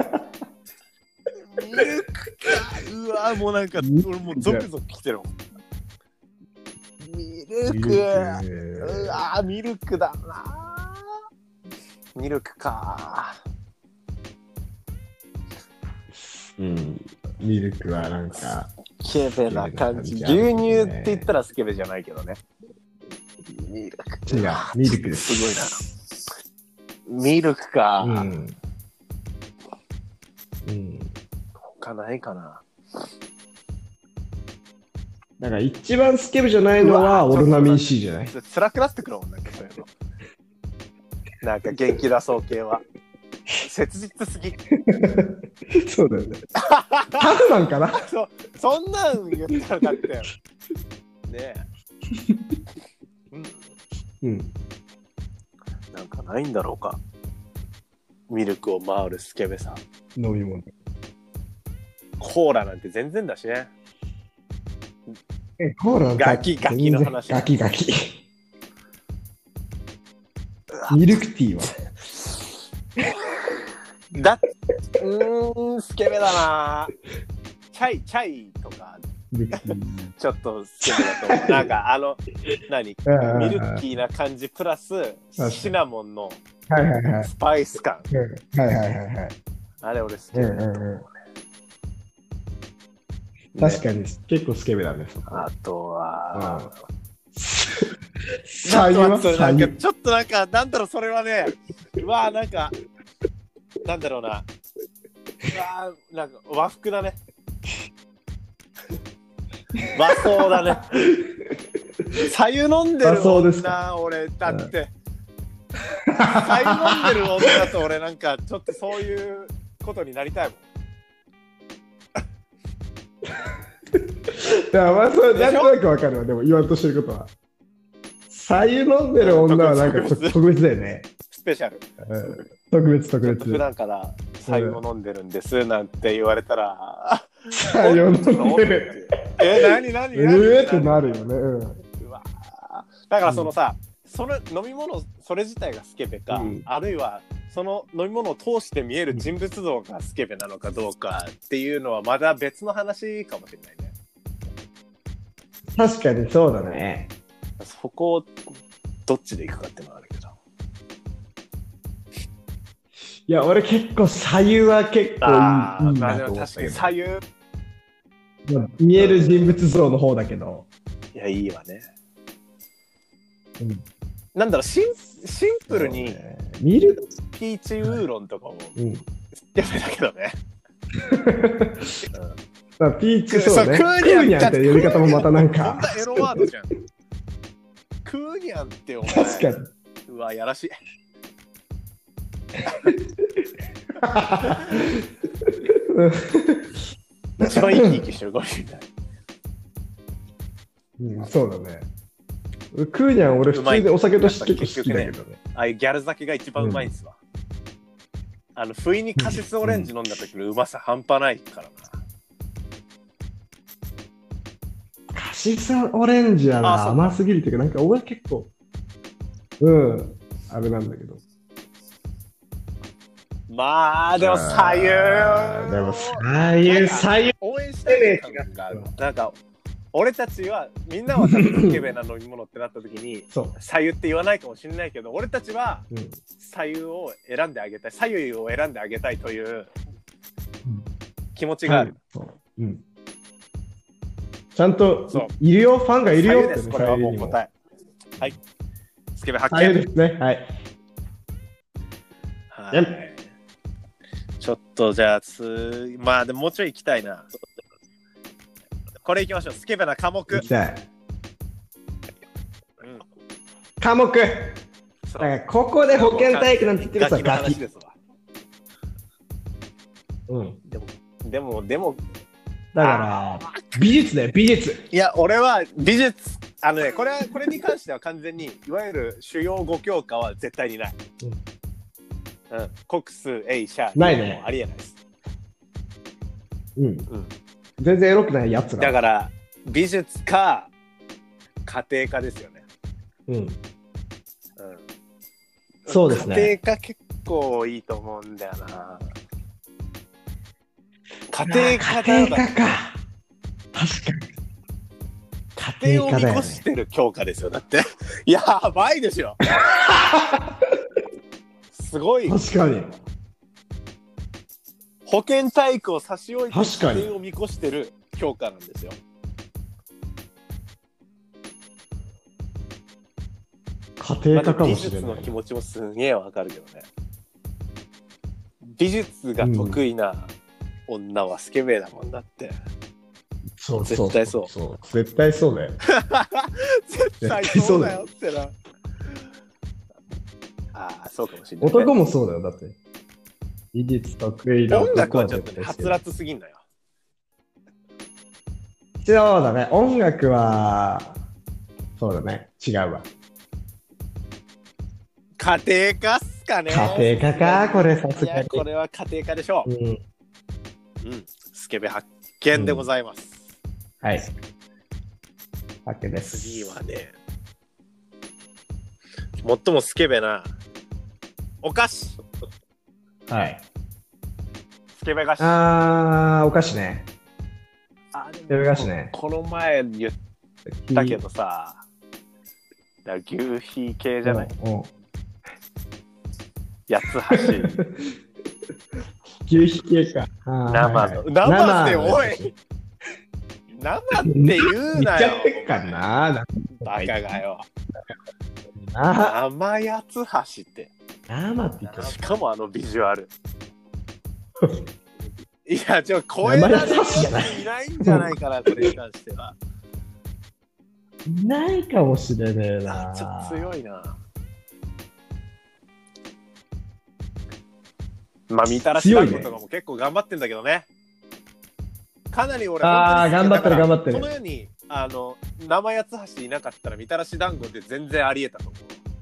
ミルクか。うわもうなんか俺もうゾクゾクきてるもん。ミルク。うわミルクだな。ミルクか。 ミルクはなんかスケベな感じ。牛乳って言ったらスケベじゃないけどね。ミルク。 違う、ミルクです。 すごいな。ミルクか。他ないかな。 だから一番スケベじゃないのはオロナミン C じゃない？ 辛くなってくるもんなんかそういうの。なんか元気出そう系は。切実すぎ。 そうだよね。タフマンかな。 そんなん言ったらだってねえ。 なんかないんだろうか。ミルクを回るスケベさ。 飲み物。 コーラなんて全然だしね。 コーラガキガキの話。 ガキガキ。ミルクティーはスケベだな。チャイとかちょっとスケベだと思う。なんかミルキーな感じプラスシナモンのスパイス感。あれ俺好きだなと思うね。 確かに結構スケベだね。 あとは、 さゆはちょっとなんかなんだろう、それはね、なんかなんだろうな、なんか和服だね。和装だね。さゆ飲んでる女、俺だって。さゆ飲んでる女だと俺なんかちょっとそういうことになりたいもん。 いや、それなんとなくわかるわ。でも言わんとしてることは。さゆ飲んでる女はなんか特別だよね。 スペシャル。 特別。 普段からさゆを飲んでるんですなんて言われたら、 さゆ飲んでる。 何ってなるよね。 だからそのさ、その飲み物それ自体がスケベか、あるいはその飲み物を通して見える人物像がスケベなのかどうかっていうのはまだ別の話かもしれないね。 確かにそうだね。 そこをどっちでいくかってのはあるけど。 いや、俺結構左右は結構いいなと思ったけど。 確かに左右見える人物像の方だけど。 いや、いいわね。なんだろう、シンプルに見るピーチウーロンとかもやめだけどね。 ピーチそうね。クーニャンって呼び方もまたなんか。 こんなエロワードじゃん。クーニャンってお前。 確かに。 うわ、やらしい。一番生き生きしてるかもしれない。 そうだね。クーニャン俺普通でお酒として結構好きだけどね。 ああいうギャル酒が一番うまいんすわ。不意にカシスオレンジ飲んだ時のうまさ半端ないからな。 カシスオレンジはな甘すぎるっていうか、なんか俺結構あれなんだけど。 まあでも左右応援したい感がある。なんか俺たちはみんなは多分スケベな飲み物ってなった時に左右って言わないかもしれないけど、俺たちは左右を選んであげたい、左右を選んであげたいという気持ちがある。 ちゃんといるよ、ファンがいるよって。 これはもう答え。はい。スケベ発見。 左右ですね。はい。 はい。ちょっとじゃあまあでももうちょい行きたいな。これ行きましょう。スケベな科目。 行きたい。科目。ここで保健体育なんて言ってるさ、ガキですわ。 でも。 だから美術だよ、美術。 いや、俺は美術。これに関しては完全にいわゆる主要5教科は絶対にない。国数、英、社ないね。 ありえないです。 全然エロくないやつだから美術か家庭科ですよね。 そうですね。 家庭科結構いいと思うんだよな。家庭科か。 確かに。 家庭を見越してる教科ですよ。だってやばいでしょ。すごい。 確かに。 保健体育を差し置いて家庭を見越してる教科なんですよ。 家庭科かもしれない。 美術の気持ちもすげえわかるけどね。美術が得意な女はスケベだもんだって。絶対そう。 絶対そうだよ。 絶対そうだよってな。そうかもしれない、ね。 男もそうだよ、だって。美術得意な音楽はちょっとね、はつらつすぎんのよ。 そうだね、音楽は、そうだね、違うわ。 家庭科っすかね。 家庭科か、これさすがに。 これは家庭科でしょう。うん。スケベ発見でございます。 はい。発見です。 次はね、最もスケベなお菓子。 はい。 スケベ菓子。 お菓子ね。スケベ菓子ね。 この前言ったけどさ、牛皮系じゃない？八つ橋。牛皮系か。 生っておい。生って言うなよ。 言っちゃってっかな。 バカがよ。生八つ橋って。 生って言った。 しかもビジュアル。いや、超えられるやついないんじゃないかな、これに関しては。 いないかもしれねえな。 ちょっと強いな。まあ、みたらし団子とかも結構頑張ってんだけどね。かなり俺頑張ってる頑張ってる。 この世に生八つ橋いなかったらみたらし団子って全然ありえたと思う。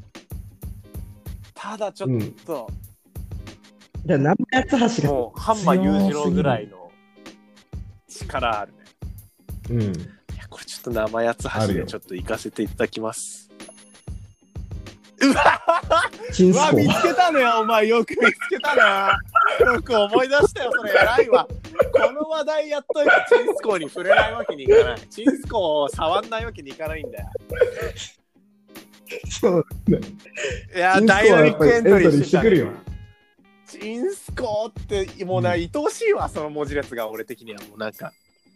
ただちょっと、 生八つ橋がもうハンマー裕次郎ぐらいの力あるね。いや、これちょっと生八つ橋でちょっと行かせていただきます。うわ見つけたのよ、お前。よく見つけたな。よく思い出したよ、それ偉いわ。この話題やっといてチンスコーに触れないわけにいかない。チンスコーを触んないわけにいかないんだよ。 そうね。 いや、ダイナミックエントリーしてくるよ。チンスコーってもう愛おしいわ、その文字列が俺的にはもうなんか。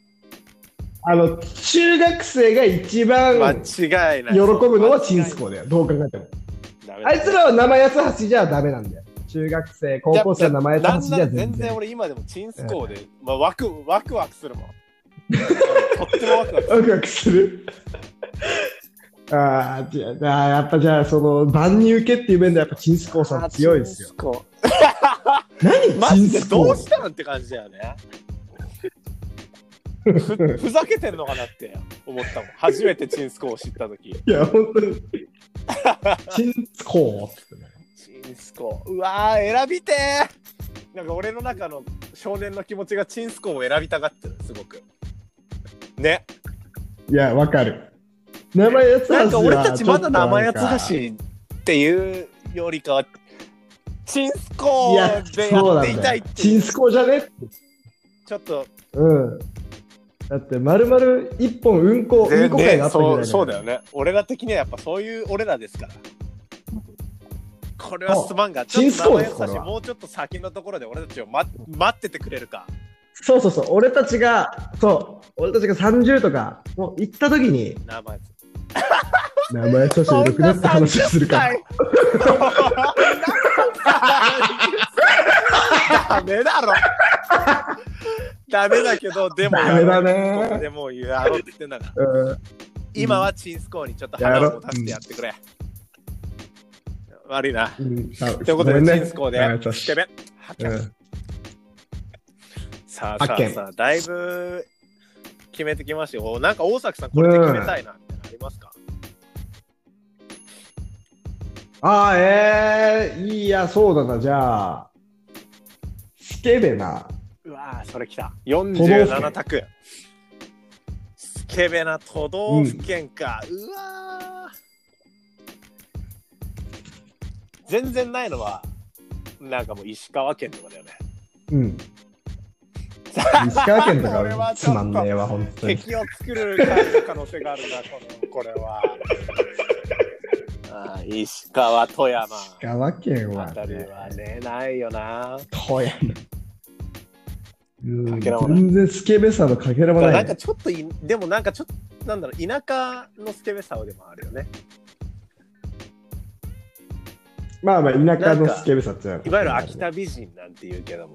中学生が一番間違いない。 喜ぶのはチンスコーだよ、どう考えても。あいつらは生八つ橋じゃダメなんだよ。中学生、高校生の生八つ橋じゃ全然俺今でもチンスコーで、ワクワクするもん。とってもワクワクする。 ワクワクする。やっぱじゃあその万人受けっていう面でやっぱチンスコーさん強いですよ。何マジでどうしたのって感じだよね。ふざけてんのかなって思ったもん。初めてチンスコーを知ったとき。いや本当に。チンスコーってね。 チンスコー。うわー、選びてー。なんか俺の中の少年の気持ちがチンスコーを選びたがってる、すごく。ね。 いや、わかる。生八つ橋はなんか俺たちまだ生八つ橋っていうよりかは、チンスコーでやっていたいっていう。 チンスコーじゃねちょっと。 だって丸々一本うんこ会があったぐらいだよね。 そうだよね。俺ら的にはやっぱそういう俺らですから。これはすまんが、ちょっと生八つ橋もうちょっと先のところで俺たちを待っててくれるか。 そう。俺たちが30とかもう行った時に生八つ橋でろくなった話をするから。 ダメだろ。ダメだけど、でもダメだね。 でもやろうって言ってんだから。今はチンスコーにちょっと花を持たせてやってくれ。悪いな。ということで、チンスコーでスケベ発見。さあ、だいぶ決めてきましたよ。なんか大崎さん、これで決めたいなってありますか？ いや、そうだな、じゃあ、スケベな。 うわー、それきた。47択。スケベな都道府県か。うわー。全然ないのは、なんかもう石川県とかだよね。 石川県とかつまんねえわ、本当に。 敵を作る可能性があるな、これは。石川、富山。 石川県は、 あたりはね、ないよな。 富山。全然スケベさのかけらもない。 なんかちょっとでもなんかちょっとなんだろう、田舎のスケベさでもあるよね。 まあ田舎のスケベさっていわゆる秋田美人なんて言うけども。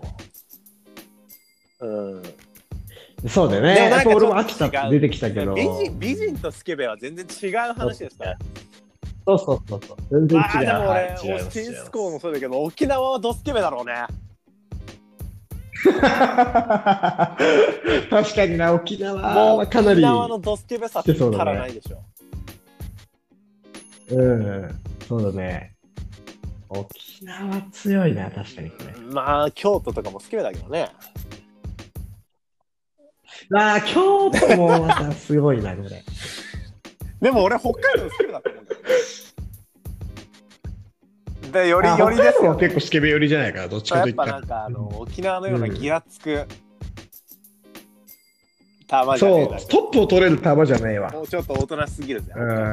そうだよね。やっぱ俺も秋田って出てきたけど。 美人とスケベは全然違う話ですから。 そう。全然違う。 でも俺、チンスコーもそうだけど、沖縄はドスケベだろうね。 確かにな、沖縄はかなり。 沖縄のドスケベさって足らないでしょ。 そうだね。 沖縄強いな、確かにこれ。 まあ、京都とかもスケベだけどね。 京都もまたすごいな、これ。 でも俺、北海道スケベだと思うんだよね。で、よりですよ、ね。 結構スケベ寄りじゃないかな、どっちかといったら。 やっぱなんか、沖縄のようなギラつく、玉じゃねえだろ。 そう、トップを取れる玉じゃねえわ。 もうちょっと大人すぎるぜ。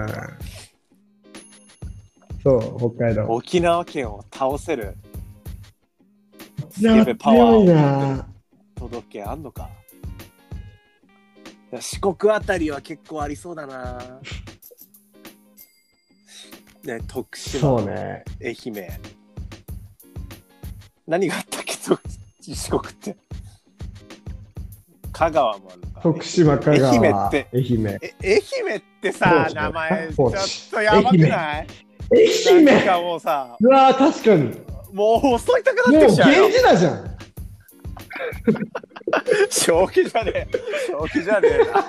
そう、北海道。 沖縄県を倒せるスケベパワーを届けあんのか。四国あたりは結構ありそうだな。ね、徳島、 そうね、 愛媛。何があったっけ、四国って。香川もあるのか。 徳島、香川、 愛媛って。 愛媛ってさ、名前ちょっとやばくない？ 愛媛なんかもうさ、 うわー、確かに。 もう襲いたくなってきちゃうよ。 もう源氏だじゃん。 正気じゃねえ。正気じゃねえな。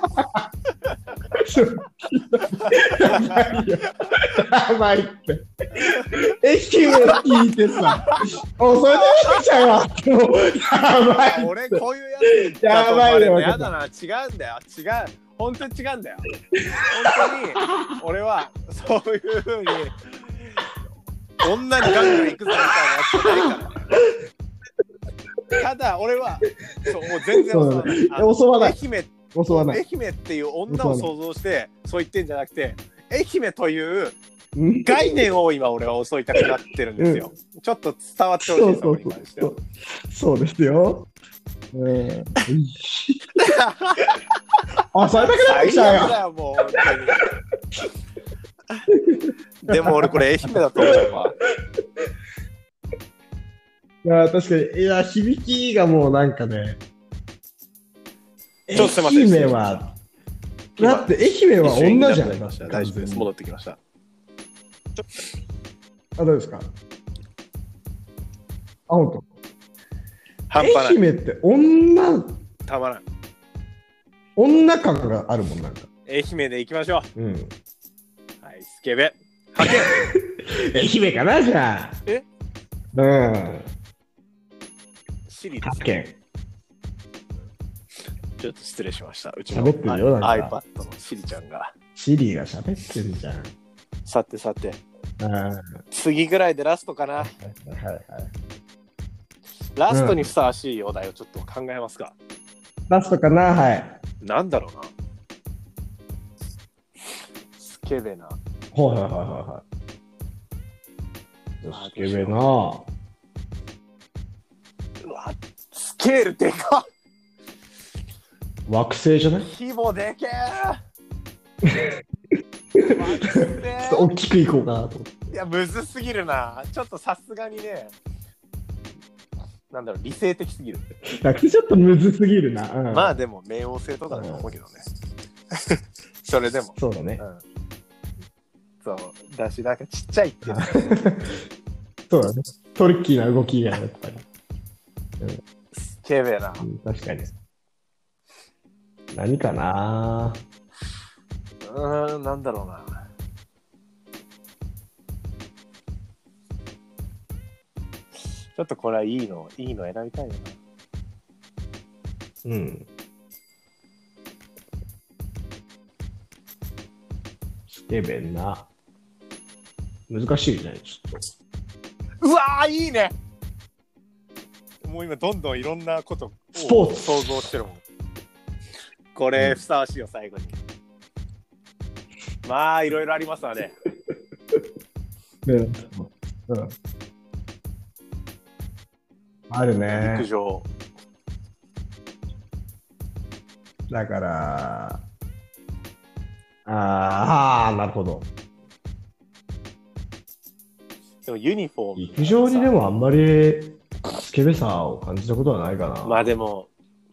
やばいって。愛媛聞いてさ、それで来ちゃうわ。やばい。 俺こういうやつだと思われるのやだな。違うんだよ。違う。本当に違うんだよ。本当に俺はそういう風に女にガンガン行くぞみたいなやつじゃないから。ただ俺はそうもう全然襲わない。 愛媛っていう女を想像してそう言ってんじゃなくて、愛媛という概念を今俺は襲いたくなってるんですよ。ちょっと伝わってほしい。 そうですよ。あ、それだけだってきたよ。 最悪だよもう本当に。でも俺これ愛媛だと思うわ。 いや確かに、いや響きがもうなんかね。 ちょっとすいません。 愛媛はだって愛媛は女じゃない。 大丈夫です。戻ってきました。 どうですか。本当。 半端ない。 愛媛って女たまらん。 女感があるもんなんか。 愛媛で行きましょう。はい、 スケベ。はけ。愛媛かなじゃあ。 シリです。ちょっと失礼しました。うちの iPad のシリちゃんが。 シリが喋ってるじゃん。 さて。次ぐらいでラストかな。ラストにふさわしいお題をちょっと考えますか。 ラストかな。はい。 なんだろうな。スケベな。 はい。スケベな。 うわ、スケールでかっ。 惑星じゃない？ 規模でけー。ちょっと大きくいこうかなと。 いや、むずすぎるな。ちょっとさすがにね、なんだろう、理性的すぎる。 ちょっとむずすぎるな。 まあでも、冥王星とかだと思うけどね。それでも。 そうだね。 そうだし、なんかちっちゃいって。 そうだね。トリッキーな動きがやっぱり。 スケベな。 確かに。何かな。 なんだろうな。ちょっとこれはいいの選びたいよな。 スケベな。難しいね、ちょっと。うわー、いいね。もう今どんどんいろんなことを想像してるもん。これふさわしいよ、最後に。まあいろいろありますわね。 あるね。 陸上。 だからなるほど。 でもユニフォーム。 陸上にでもあんまりスケベさを感じたことはないかな。 まあでも。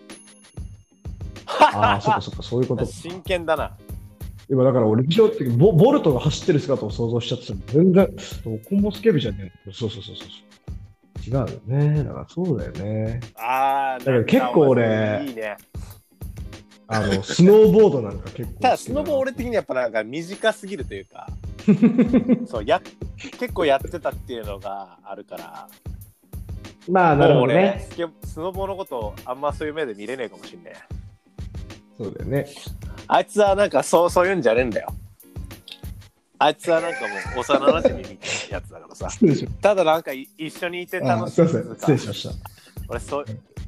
そっかそういうこと。 真剣だな。 今だから俺陸上ってボルトが走ってる姿を想像しちゃってた。全然どこもスケベじゃねえ。そう。違うよね。だからそうだよね。だから結構俺、 いいね。 スノーボードなんか結構。 ただスノボ俺的にやっぱなんか短すぎるというか。 そう結構やってたっていうのがあるから。 まあなるほどね。 スノボのことあんまそういう目で見れねえかもしんねえ。 そうだよね。 あいつはなんかそういうんじゃねえんだよ。あいつはなんかもう幼馴染みたいなやつだからさ。ただなんか一緒にいて楽しい。 すいません、失礼しました。 俺そう。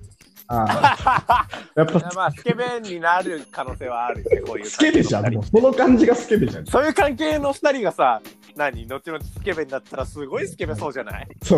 やっぱまあスケベになる可能性はあるよね、こういうスケベじゃん。もうその感じがスケベじゃん。 そういう関係の2人がさ、後々スケベになったらすごいスケベそうじゃない？ そう。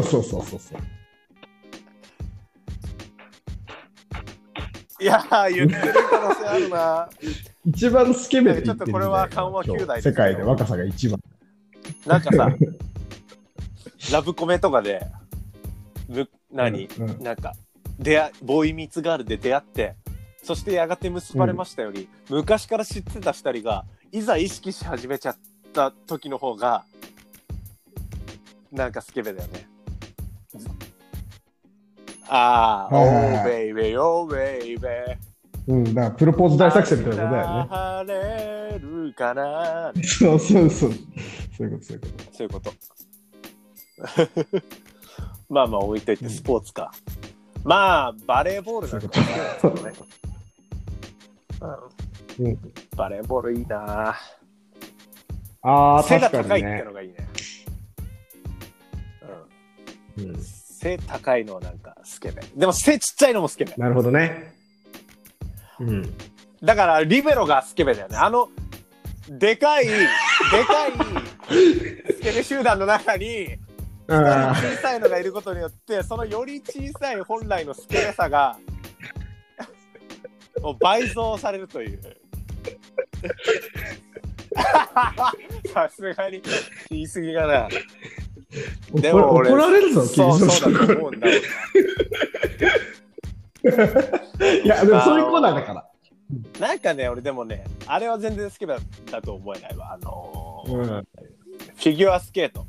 いやー、言ってる可能性あるな。 一番スケベで言ってるんだよ。 ちょっとこれは緩和9代世界で若さが一番。 なんかさ、ラブコメとかで、なんか、ボーイミーツガールで出会って、そしてやがて結ばれましたより、昔から知ってた2人が、いざ意識し始めちゃった時の方が、なんかスケベだよね。ベイベー、オーベイベー。だからプロポーズ大作戦みたいなことだよね。 晴れるかな。 そう。そういうこと。 まあ置いといてスポーツか。まあバレーボールなんか好きだね。バレーボールいいな。背が高いってのがいいね。背高いのはなんかスケベ。でも背ちっちゃいのもスケベ。 なるほどね。 だからリベロがスケベだよね。でかいスケベ集団の中に小さいのがいることによって、そのより小さい本来のスケベさがもう倍増されるという。さすがに言い過ぎかな。でも俺怒られるぞ、 そうだと思うんだ。 いや、でもそういうコーナーだから。 なんかね、俺でもね、あれは全然スケベだと思えないわ。フィギュアスケート。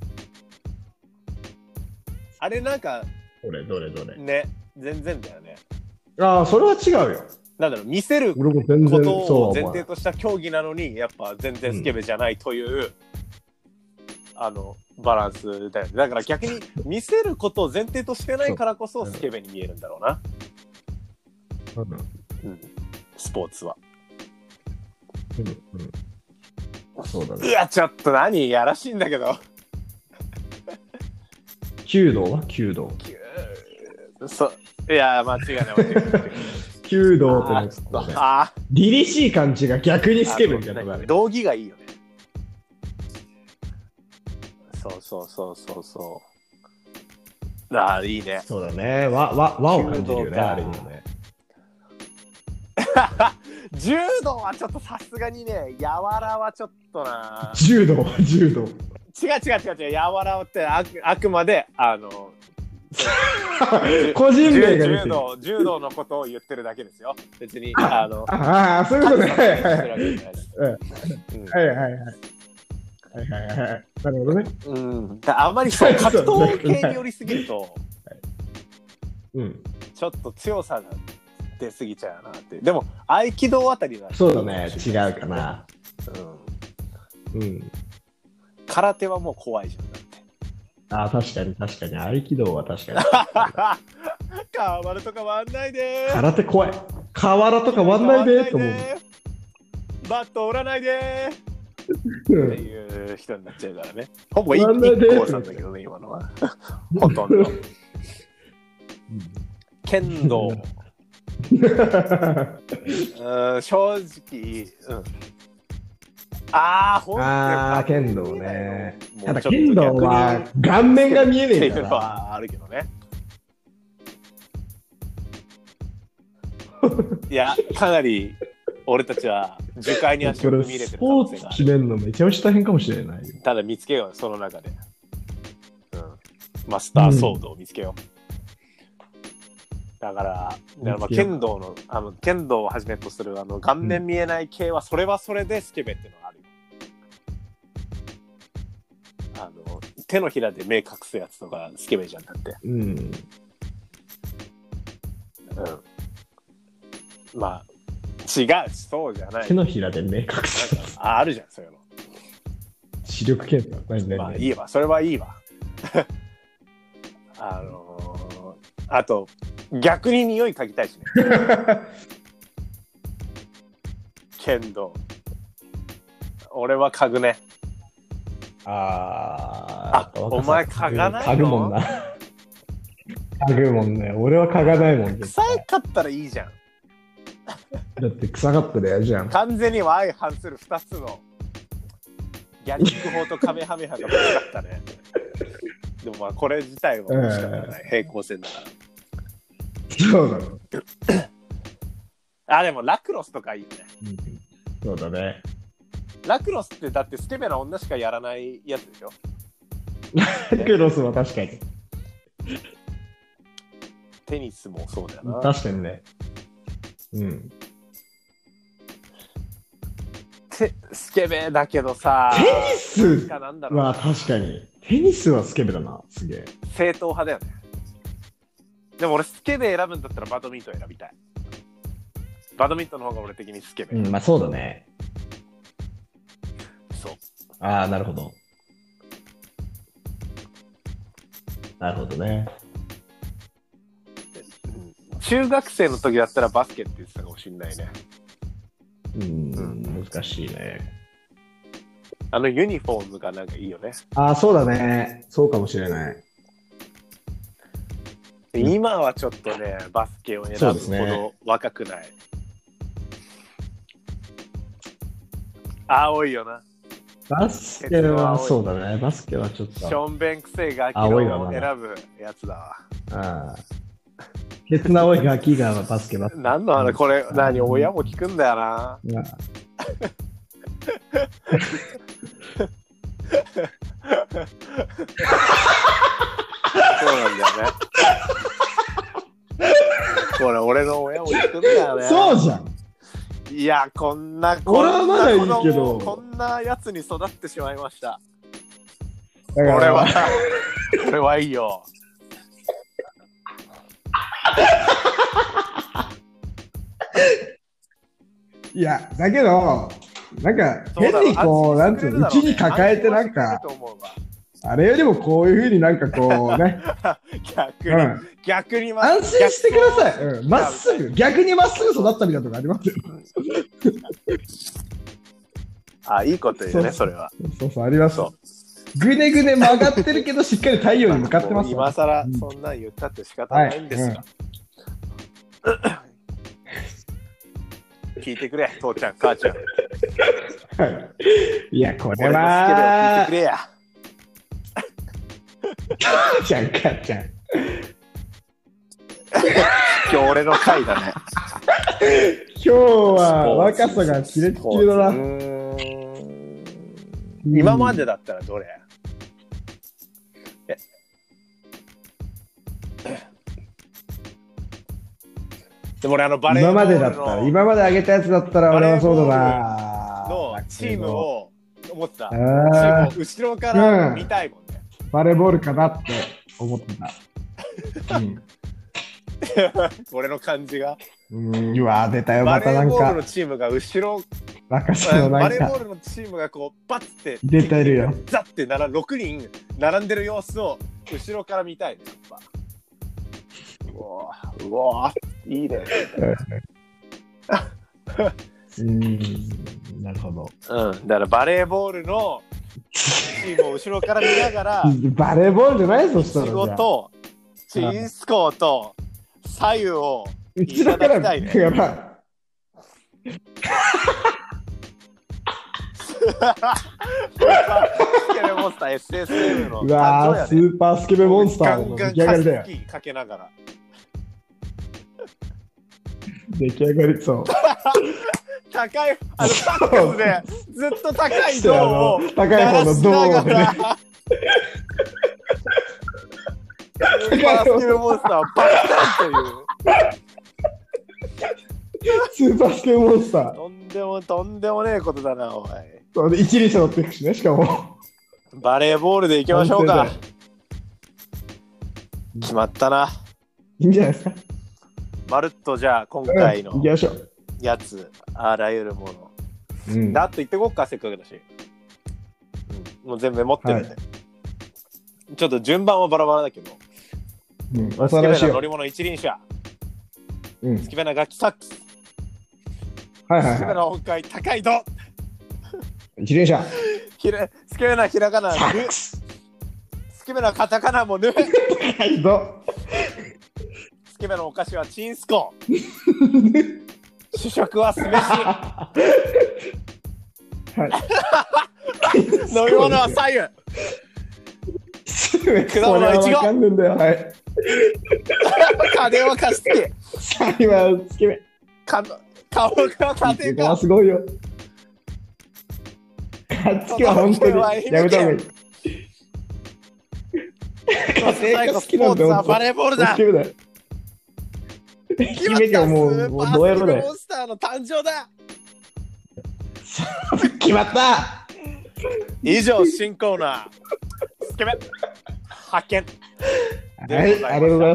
あれなんか、 どれね、全然だよね。 それは違うよ。 なんだろう、見せることを前提とした競技なのに、やっぱ全然スケベじゃないという、バランスだよね。だから逆に見せることを前提としてないからこそスケベに見えるんだろうな。スポーツは。 そうだね。 いや、ちょっとやらしいんだけど。 弓道は弓道。 いや、間違いない。 弓道ってなんか凛々しい感じが逆にスケベみたいなのがある。 道着がいいよね。そう。いいね。 そうだね。和を感じるよね、あれにもね。 柔道はちょっとさすがにね、柔らはちょっとな。 柔道。 違う。柔らってあくまで、 個人名が出てる。 柔道のことを言ってるだけですよ。別に、 そういうことね。はい。なるほどね。 あまり格闘系に寄りすぎると、ちょっと強さが出すぎちゃうなって。でも合気道あたりはそうだね、違うかな。 空手はもう怖いじゃんだって。 確かに合気道は確かに。 瓦とか割んないで。 空手怖い。瓦とか割んないでと思う。 バット折らないで。っていう人になっちゃうからね。ほぼ一個さんだけどね、今のは。ほとんど。剣道。正直、 剣道ね。ただ剣道は顔面が見えねえから。 はあるけどね。いや、かなり俺たちは樹海に足を踏み入れてる可能性がある。 スポーツ決めるのめちゃめちゃ大変かもしれない。 ただ見つけよう、その中で。マスターソードを見つけよう。だから剣道をはじめとする顔面見えない系はそれはそれでスケベっていうのがあるよ。手のひらで目隠すやつとかスケベじゃんだって。まあ違う、そうじゃない。 手のひらで目隠す。 あるじゃん、そういうの。 視力検査。 まあいいわ、それはいいわ。あと、逆に匂い嗅ぎたいしね。けど、俺は嗅ぐね。お前嗅がないの？ 嗅ぐもんな。嗅ぐもんね。俺は嗅がないもん。 臭かったらいいじゃん。 だって臭かったら嫌じゃん。 完全には相反する2つのギャリック法とカメハメハがぶつかったね。でもまあこれ自体は仕方ない、平行線だから。 そうだろ。 でもラクロスとかいいよね。 そうだね。 ラクロスってだってスケベな女しかやらないやつでしょ。 ラクロスは確かに。 テニスもそうだよな。 確かにね。 スケベだけどさ。 テニスは確かに。テニスはスケベだな。すげえ。 正統派だよね。でも俺スケベ選ぶんだったらバドミントン選びたい。バドミントンの方が俺的にスケベ。 まあそうだね。 そう。 なるほど。なるほどね。 中学生の時だったらバスケって言ってたかもしんないね。 難しいね。 ユニフォームがなんかいいよね。 そうだね。そうかもしれない。 今はちょっとね、バスケを選ぶほど若くない。青いよな。 バスケはそうだね。バスケはちょっと。 ションベンクセイガキを選ぶやつだわ。 ケツの青いガキがバスケばっか。 なんの話これ、親も聞くんだよな。そうなんだよね。これ俺の親も聞くんだよね。 そうじゃん。 いや、こんな俺はまだいいけど、 こんなやつに育ってしまいました。俺はいいよ。 いや、だけど、なんか、変にこう、なんていうの、うちに抱えてなんか、あれよりもこういうふうになんかこうね。 逆に安心してください。まっすぐ、逆にまっすぐ育ったみたいなとこありますよ。 いいこと言うね、それは。 そう、あります。ぐねぐね曲がってるけど、しっかり太陽に向かってます。 今更そんなん言ったって仕方ないんですが。聞いてくれ、父ちゃん、母ちゃん。 いや、これは。 聞いてくれや。 母ちゃん、母ちゃん。 今日俺の回だね。 今日は若さがキレッキレだな。 今までだったらどれ？でも俺バレーボールの今までだったら、今まで上げたやつだったら俺はそうだな。 のチームを思ってた。チームを後ろから見たいもんね。 バレーボールかなって思ってた。 俺の感じが。 うわ出たよ、またなんか。 バレーボールのチームが後ろ、 バレーボールのチームがこうバッて出てるよ。 ザッて6人並んでる様子を後ろから見たいね、やっぱ。うわいいね。 なるほど。 だからバレーボールのチームを後ろから見ながらバレーボールじゃないぞ、 仕事、チンスコーと左右をいただきたいね。スケベモンスター SSM のうわスーパースケベモンスターの出来上がりだよ。 かけながら出来上がりそう。 高いパックでずっと高い銅を高い方の銅をね。 スーパースケベモンスターをバッタンという。 スーパースケベモンスター。 とんでもねえことだな、おい。 一輪車乗っていくしね、しかも。 バレーボールでいきましょうか。決まったな。 いいんじゃないですか。 まるっとじゃあ今回のやつ、あらゆるもの。あと言ってこっか、せっかくだし。 もう全部メモってるんで、ちょっと順番はバラバラだけど、スケベな乗り物一輪車、スケベな楽器サックス、スケベな音階高いド、 一輪車、 スケベなひらがなル、スケベなカタカナもヌ、 高いド、 スケベなお菓子はチンスコ主食は酢飯飲み物は左右果物はイチゴ、家電は加湿器、 3位はスケベ、 家屋は家庭科、 すごいよ。加湿器は本当にやめた方がいい。 最後スポーツはバレーボールだ。 決めがもうどうやろうね。 モンスターの誕生だ。 決まった。 以上新コーナースケベ発見。 はい、ありがとうございます。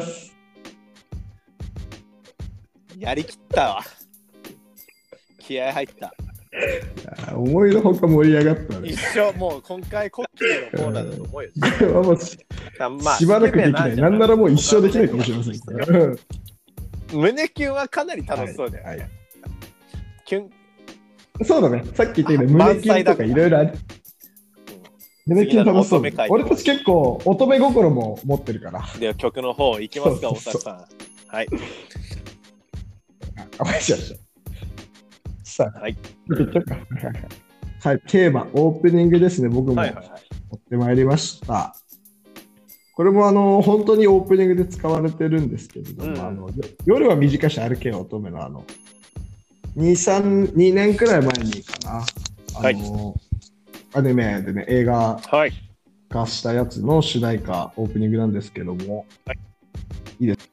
やりきったわ。気合入った。 思いのほか盛り上がったね。 一生もう今回コッキーのコーナーだと思うよ。 しばらくできない。なんならもう一生できないかもしれませんけど。 胸キュンはかなり楽しそうだよね。キュン。 そうだね。さっき言ったように胸キュンとかいろいろある。胸キュン楽しそう。俺たち結構乙女心も持ってるから。 では曲の方行きますか、大崎さん。はい。 お願いします。さあ、 はい。 はい、テーマ、オープニングですね。僕も持ってまいりました。これも本当にオープニングで使われてるんですけれども、夜は短し歩けよ乙女の2年くらい前にかな、アニメでね、映画化したやつの主題歌、オープニングなんですけども、いいです。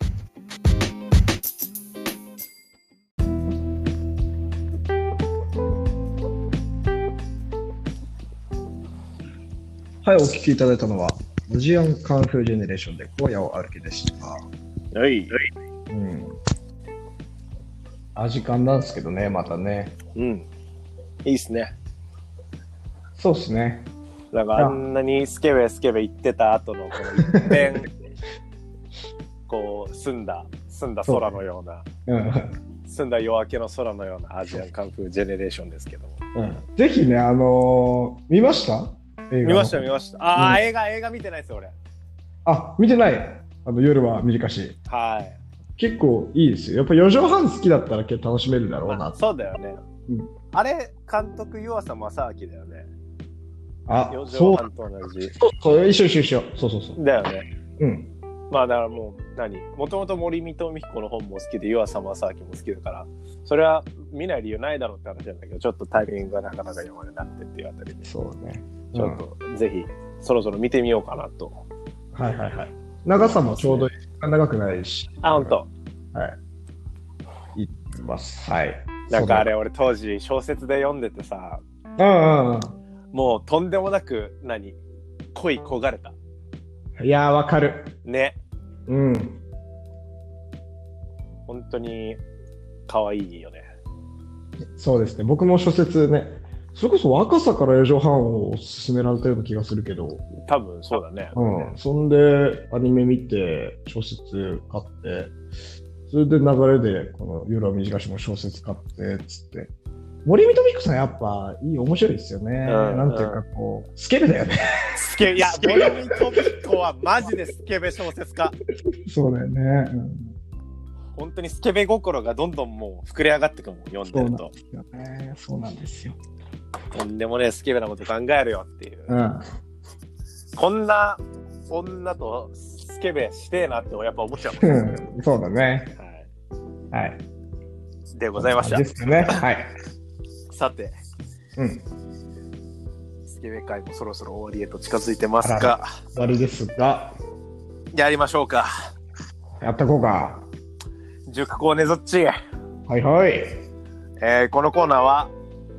はい、お聴きいただいたのはアジアンカンフージェネレーションで荒野を歩けでした。 はい。 味感なんですけどね、またね。 いいっすね。 そうっすね。 だからあんなにスケベ言ってた後のこの一遍こう澄んだ空のような、澄んだ夜明けの空のようなアジアンカンフージェネレーションですけども。 ぜひね、見ました？ 見ました。映画見てないですよ俺。 見てない。夜は短し。 はい。 結構いいですよ。やっぱ4畳半好きだったら結構楽しめるだろうな。 そうだよね。あれ監督湯浅正明だよね。4畳半と同じ。 そう一緒。そう。 だよね。まあだからもともと森見と美彦の本も好きで湯浅正明も好きだから、それは見ない理由ないだろうって話なんだけど、ちょっとタイミングがなかなか読まれなくてっていうあたりで。 そうね。 ちょっとぜひそろそろ見てみようかなと。 はい。長さもちょうど長くないし。 本当。 はい。いきます。はい。 なんかあれ俺当時小説で読んでてさ、もうとんでもなく恋焦がれた。 いやーわかる。 ね。本当に可愛いよね。 そうですね。僕も小説ね。それこそ若さから4畳半を勧められたような気がするけど。 多分そうだね。 そんでアニメ見て小説買って、それで流れでこの夜は短しも小説買ってつって。森見と美彦さんやっぱ面白いですよね。なんていうかこうスケベだよね。 いや森見と美彦はマジでスケベ小説家。 そうだよね。 本当にスケベ心がどんどんもう膨れ上がってくもん読んでると。 そうなんですよ。 とんでもねスケベなこと考えるよっていう。こんな女とスケベしてえなってやっぱ思っちゃうもん。 そうだね。はい。 でございました。 ですね。はい。 さて、スケベ会もそろそろ終わりへと近づいてますが、 終わりですが、 やりましょうか。 やってこうか。 塾校ねぞっち。 はい。 このコーナーは、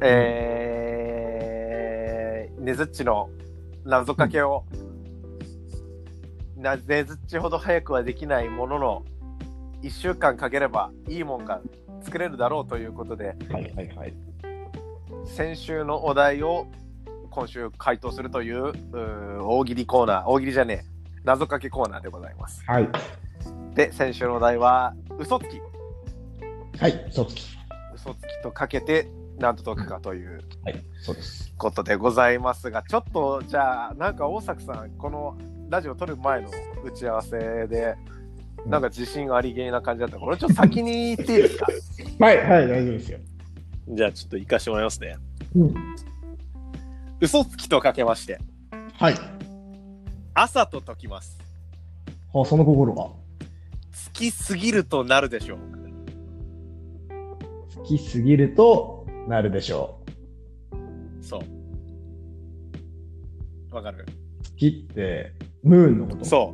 ねずっちの謎かけを、ねずっちほど早くはできないものの1週間かければいいもんが作れるだろうということで、先週のお題を今週回答するという大喜利コーナー、大喜利じゃねえ、謎かけコーナーでございます。 はい。 で、先週のお題は嘘つき。 はい、嘘つき。 嘘つきとかけて何と解くかという、 はい、そうです。 ことでございますが、ちょっとじゃあなんか大作さん、このラジオ撮る前の打ち合わせでなんか自信ありげな感じだったから、ちょっと先に言っていいですか？ はいはい、大丈夫ですよ。 じゃあちょっと行かしてもらいますね。 うん。 嘘つきとかけまして、 はい。 朝と解きます。 はあ、その心は？ つきすぎるとなるでしょう。 つきすぎるとなるでしょう。そう。わかる？ 月ってムーンのこと？ そう。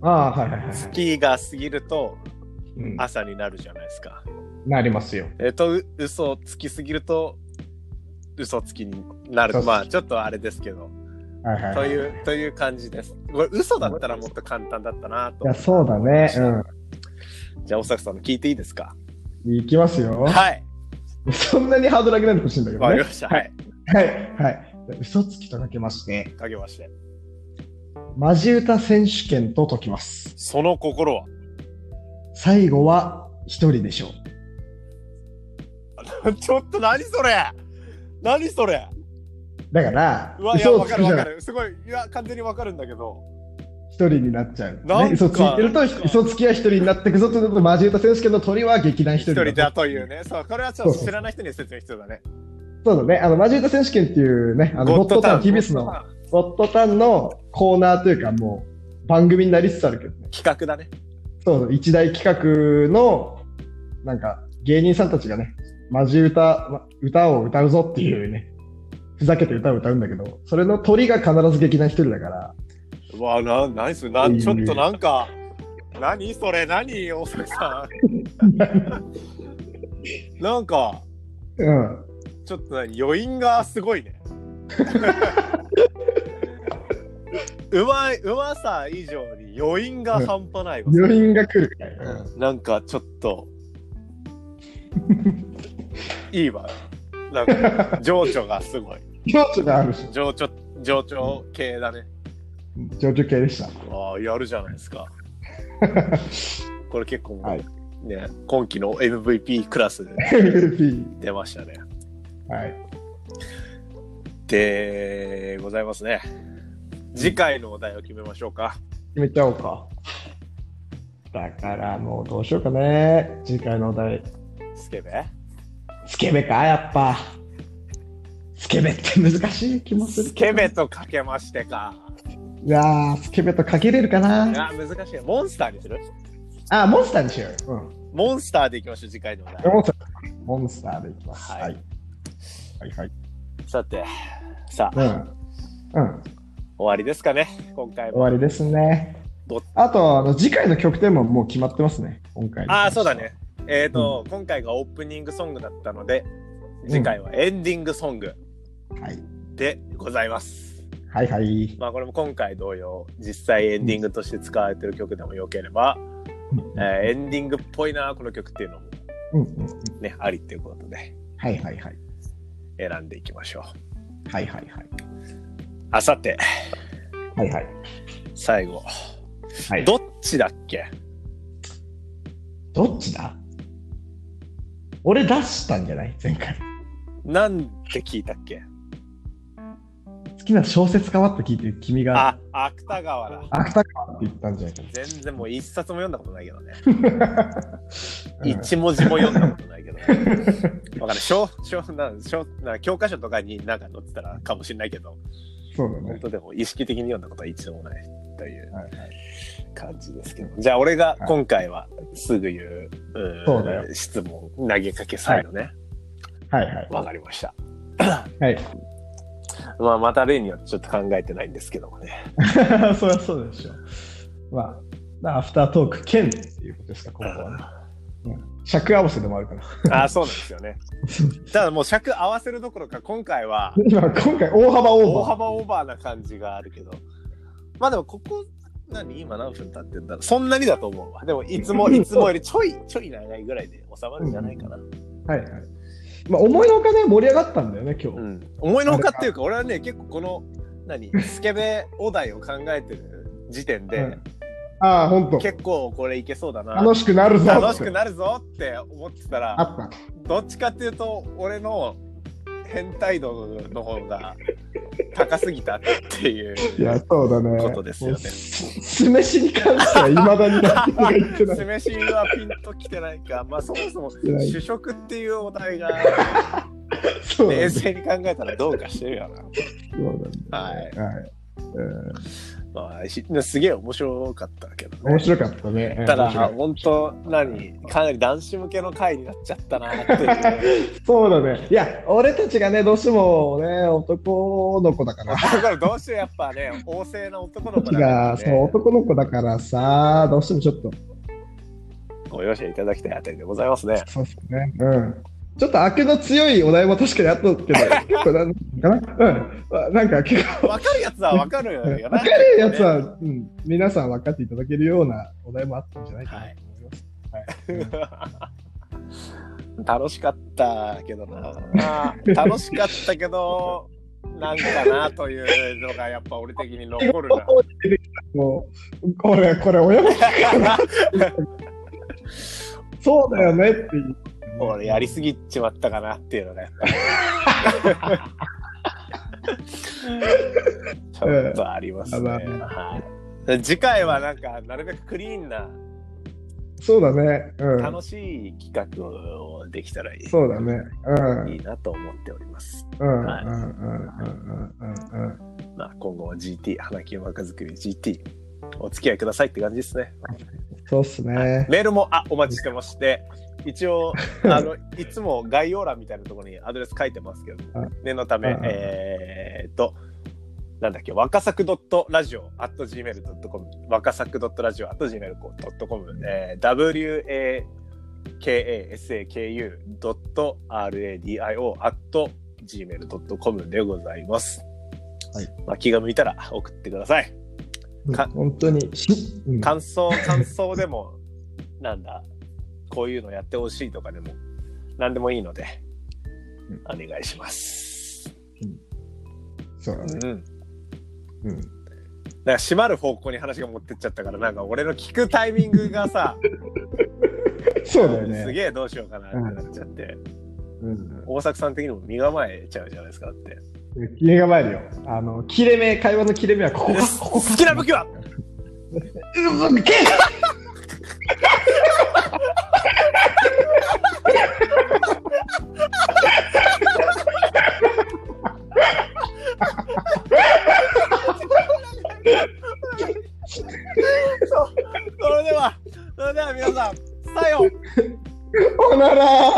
ああ、はいはいはい。 月が過ぎると朝になるじゃないですか。 なりますよ。 嘘つきすぎると嘘つきになる。まあちょっとあれですけど。 はいはいはい、 という感じです。これ嘘だったらもっと簡単だったなと。 いや、そうだね。うん。 じゃあ、大作さんの聞いていいですか？ いきますよ。 はい。 そんなにハードル上げないでほしいんだけどね。 わかりました。はい。 はい。はい。嘘つきとかけまして。 かけまして。 マジ歌選手権と解きます。 その心は？最後は一人でしょう。ちょっと何それ？何それ？ だから、 いや、わかるわかる。すごい、いや、完全にわかるんだけど。 一人になっちゃう。ね、嘘ついてると、嘘つきは一人になっていくぞというと、マジ歌選手権の鳥は劇団一人だというね。そう、これはちょっと知らない人に説明必要だね。 そうだね。マジ歌選手権っていうね、ゴッドタン、TBS のゴッドタンのコーナーというか、もう、番組になりつつあるけどね。 企画だね。 そう、一大企画の、なんか、芸人さんたちがね、マジ歌を歌うぞっていうね、ふざけて歌を歌うんだけど、それの鳥が必ず劇団一人だから。 うわぁ、ナイス。ちょっとなんか、何それ、何大崎さん。なんか、 うん。 ちょっと余韻がすごいね。うまさ以上に余韻が半端ないわ。 余韻が来るから、 なんかちょっと、いいわ。なんか情緒がすごい。 情緒があるし。 情緒系だね。 情緒系でした。 ああ、やるじゃないですか。これ結構、はい、ね、今期の MVP クラスで出ましたね。 はい。 でございますね。次回のお題を決めましょうか。 決めちゃおうか。だからもうどうしようかね。次回のお題。 スケベか、やっぱ。 スケベって難しい気もする。 スケベとかけましてか。 いやー、スケベとかけれるかな。 いや、難しい。モンスターにする？ あ、モンスターにしよう。うん。 モンスターでいきましょう、次回のお題。 モンスターでいきます。 はい。 はいはい。 さて、さあ。 うん。 終わりですかね、今回も。 終わりですね。あと、次回の曲テーマもう決まってますね、今回。 ああ、そうだね。今回がオープニングソングだったので、次回はエンディングソングでございます。 はいはい。 まあこれも今回同様、実際エンディングとして使われている曲でもよければ、エンディングっぽいなこの曲っていうのもね、ありっていうことで、 はいはいはい。 選んでいきましょう。はいはいはい。 あさて、 はいはい。 最後、 はい、 どっちだっけ？ どっちだ？俺出したんじゃない？前回。 なんて聞いたっけ？ 好きな小説家はって聞いて君が。 あ、芥川だ。 芥川って言ったんじゃないかな。 全然もう一冊も読んだことないけどね。一文字も読んだことないけどね。わかる。教科書とかになんか載ってたらかもしれないけど。 そうだね。 本当でも意識的に読んだことは一度もないという感じですけど。じゃあ俺が今回はすぐ言う、質問投げかけ最後ね。 はいはい。 わかりました。 はい。 まあまた例によってちょっと考えてないんですけどもね。 そりゃそうでしょ。まあアフタートーク兼っていうことですか、今後はね。尺合わせでもあるから。 そうなんですよね。ただもう尺合わせるどころか今回は今回大幅オーバーな感じがあるけど、まあでもここ今何分経ってんだろう。そんなにだと思うわ。でもいつもよりちょい長いぐらいで収まるんじゃないかな。 はいはい。 まあ、思いのほかね、盛り上がったんだよね、今日。 思いのほかっていうか、俺はね、結構この、スケベお題を考えてる時点で、 本当。 結構これいけそうだな。 楽しくなるぞって思ってたら、どっちかっていうと、俺の変態度の方が高すぎたっていうそうだねことですよね。 酢飯に関してはいまだに何も言ってない。 酢飯はピンときてないか。まあそもそも主食っていうお題が冷静に考えたらどうかしてるよな。 そうだね。 まあ、すげえ面白かったけどね。 面白かったね。 ただ本当かなり男子向けの回になっちゃったなっていう。 そうだね。いや、俺たちがね、どうしてもね、男の子だから。 どうしてもやっぱね、旺盛な男の子だから、ね。 そう、男の子だからさ、どうしてもちょっと。 ご容赦いただきたいあたりでございますね。 そうですね。ちょっと明けの強いお題も確かにあったけど、結構なんかな、なんか結構分かるやつは分かるよな。 分かるやつは、皆さん分かっていただけるようなお題もあったんじゃないかなと思います。 楽しかったけどな。楽しかったけど、なんかなというのがやっぱ俺的に残るな。 もうこれ親も聞くかな。そうだよねっていう。 俺やりすぎちまったかなっていうのがやっぱちょっとありますね。次回はなんかなるべくクリーンな、 そうだね、 楽しい企画をできたらいい。 そうだね、 いいなと思っております。まあ今後は GT 花木若作り GT お付き合いくださいって感じですね。 そうっすね。 メールもお待ちしてまして、一応いつも概要欄みたいなところにアドレス書いてますけど、念のためなんだっけ、若作.radio@gmail.com 若作.radio@gmail.com wakasaku.radio@gmail.com でございます。はい。まあ、気が向いたら送ってください。 本当に、 感想でもなんだ、こういうのやってほしいとかでも何でもいいので、お願いします。 そうだね。 なんか閉まる方向に話が持ってっちゃったから、なんか俺の聞くタイミングがさそうだよね。 すげえどうしようかなってなっちゃって、大作さん的にも身構えちゃうじゃないですか。って身構えるよ。会話の切れ目はここ好きな武器はそれでは皆さん、さよう。 おなら。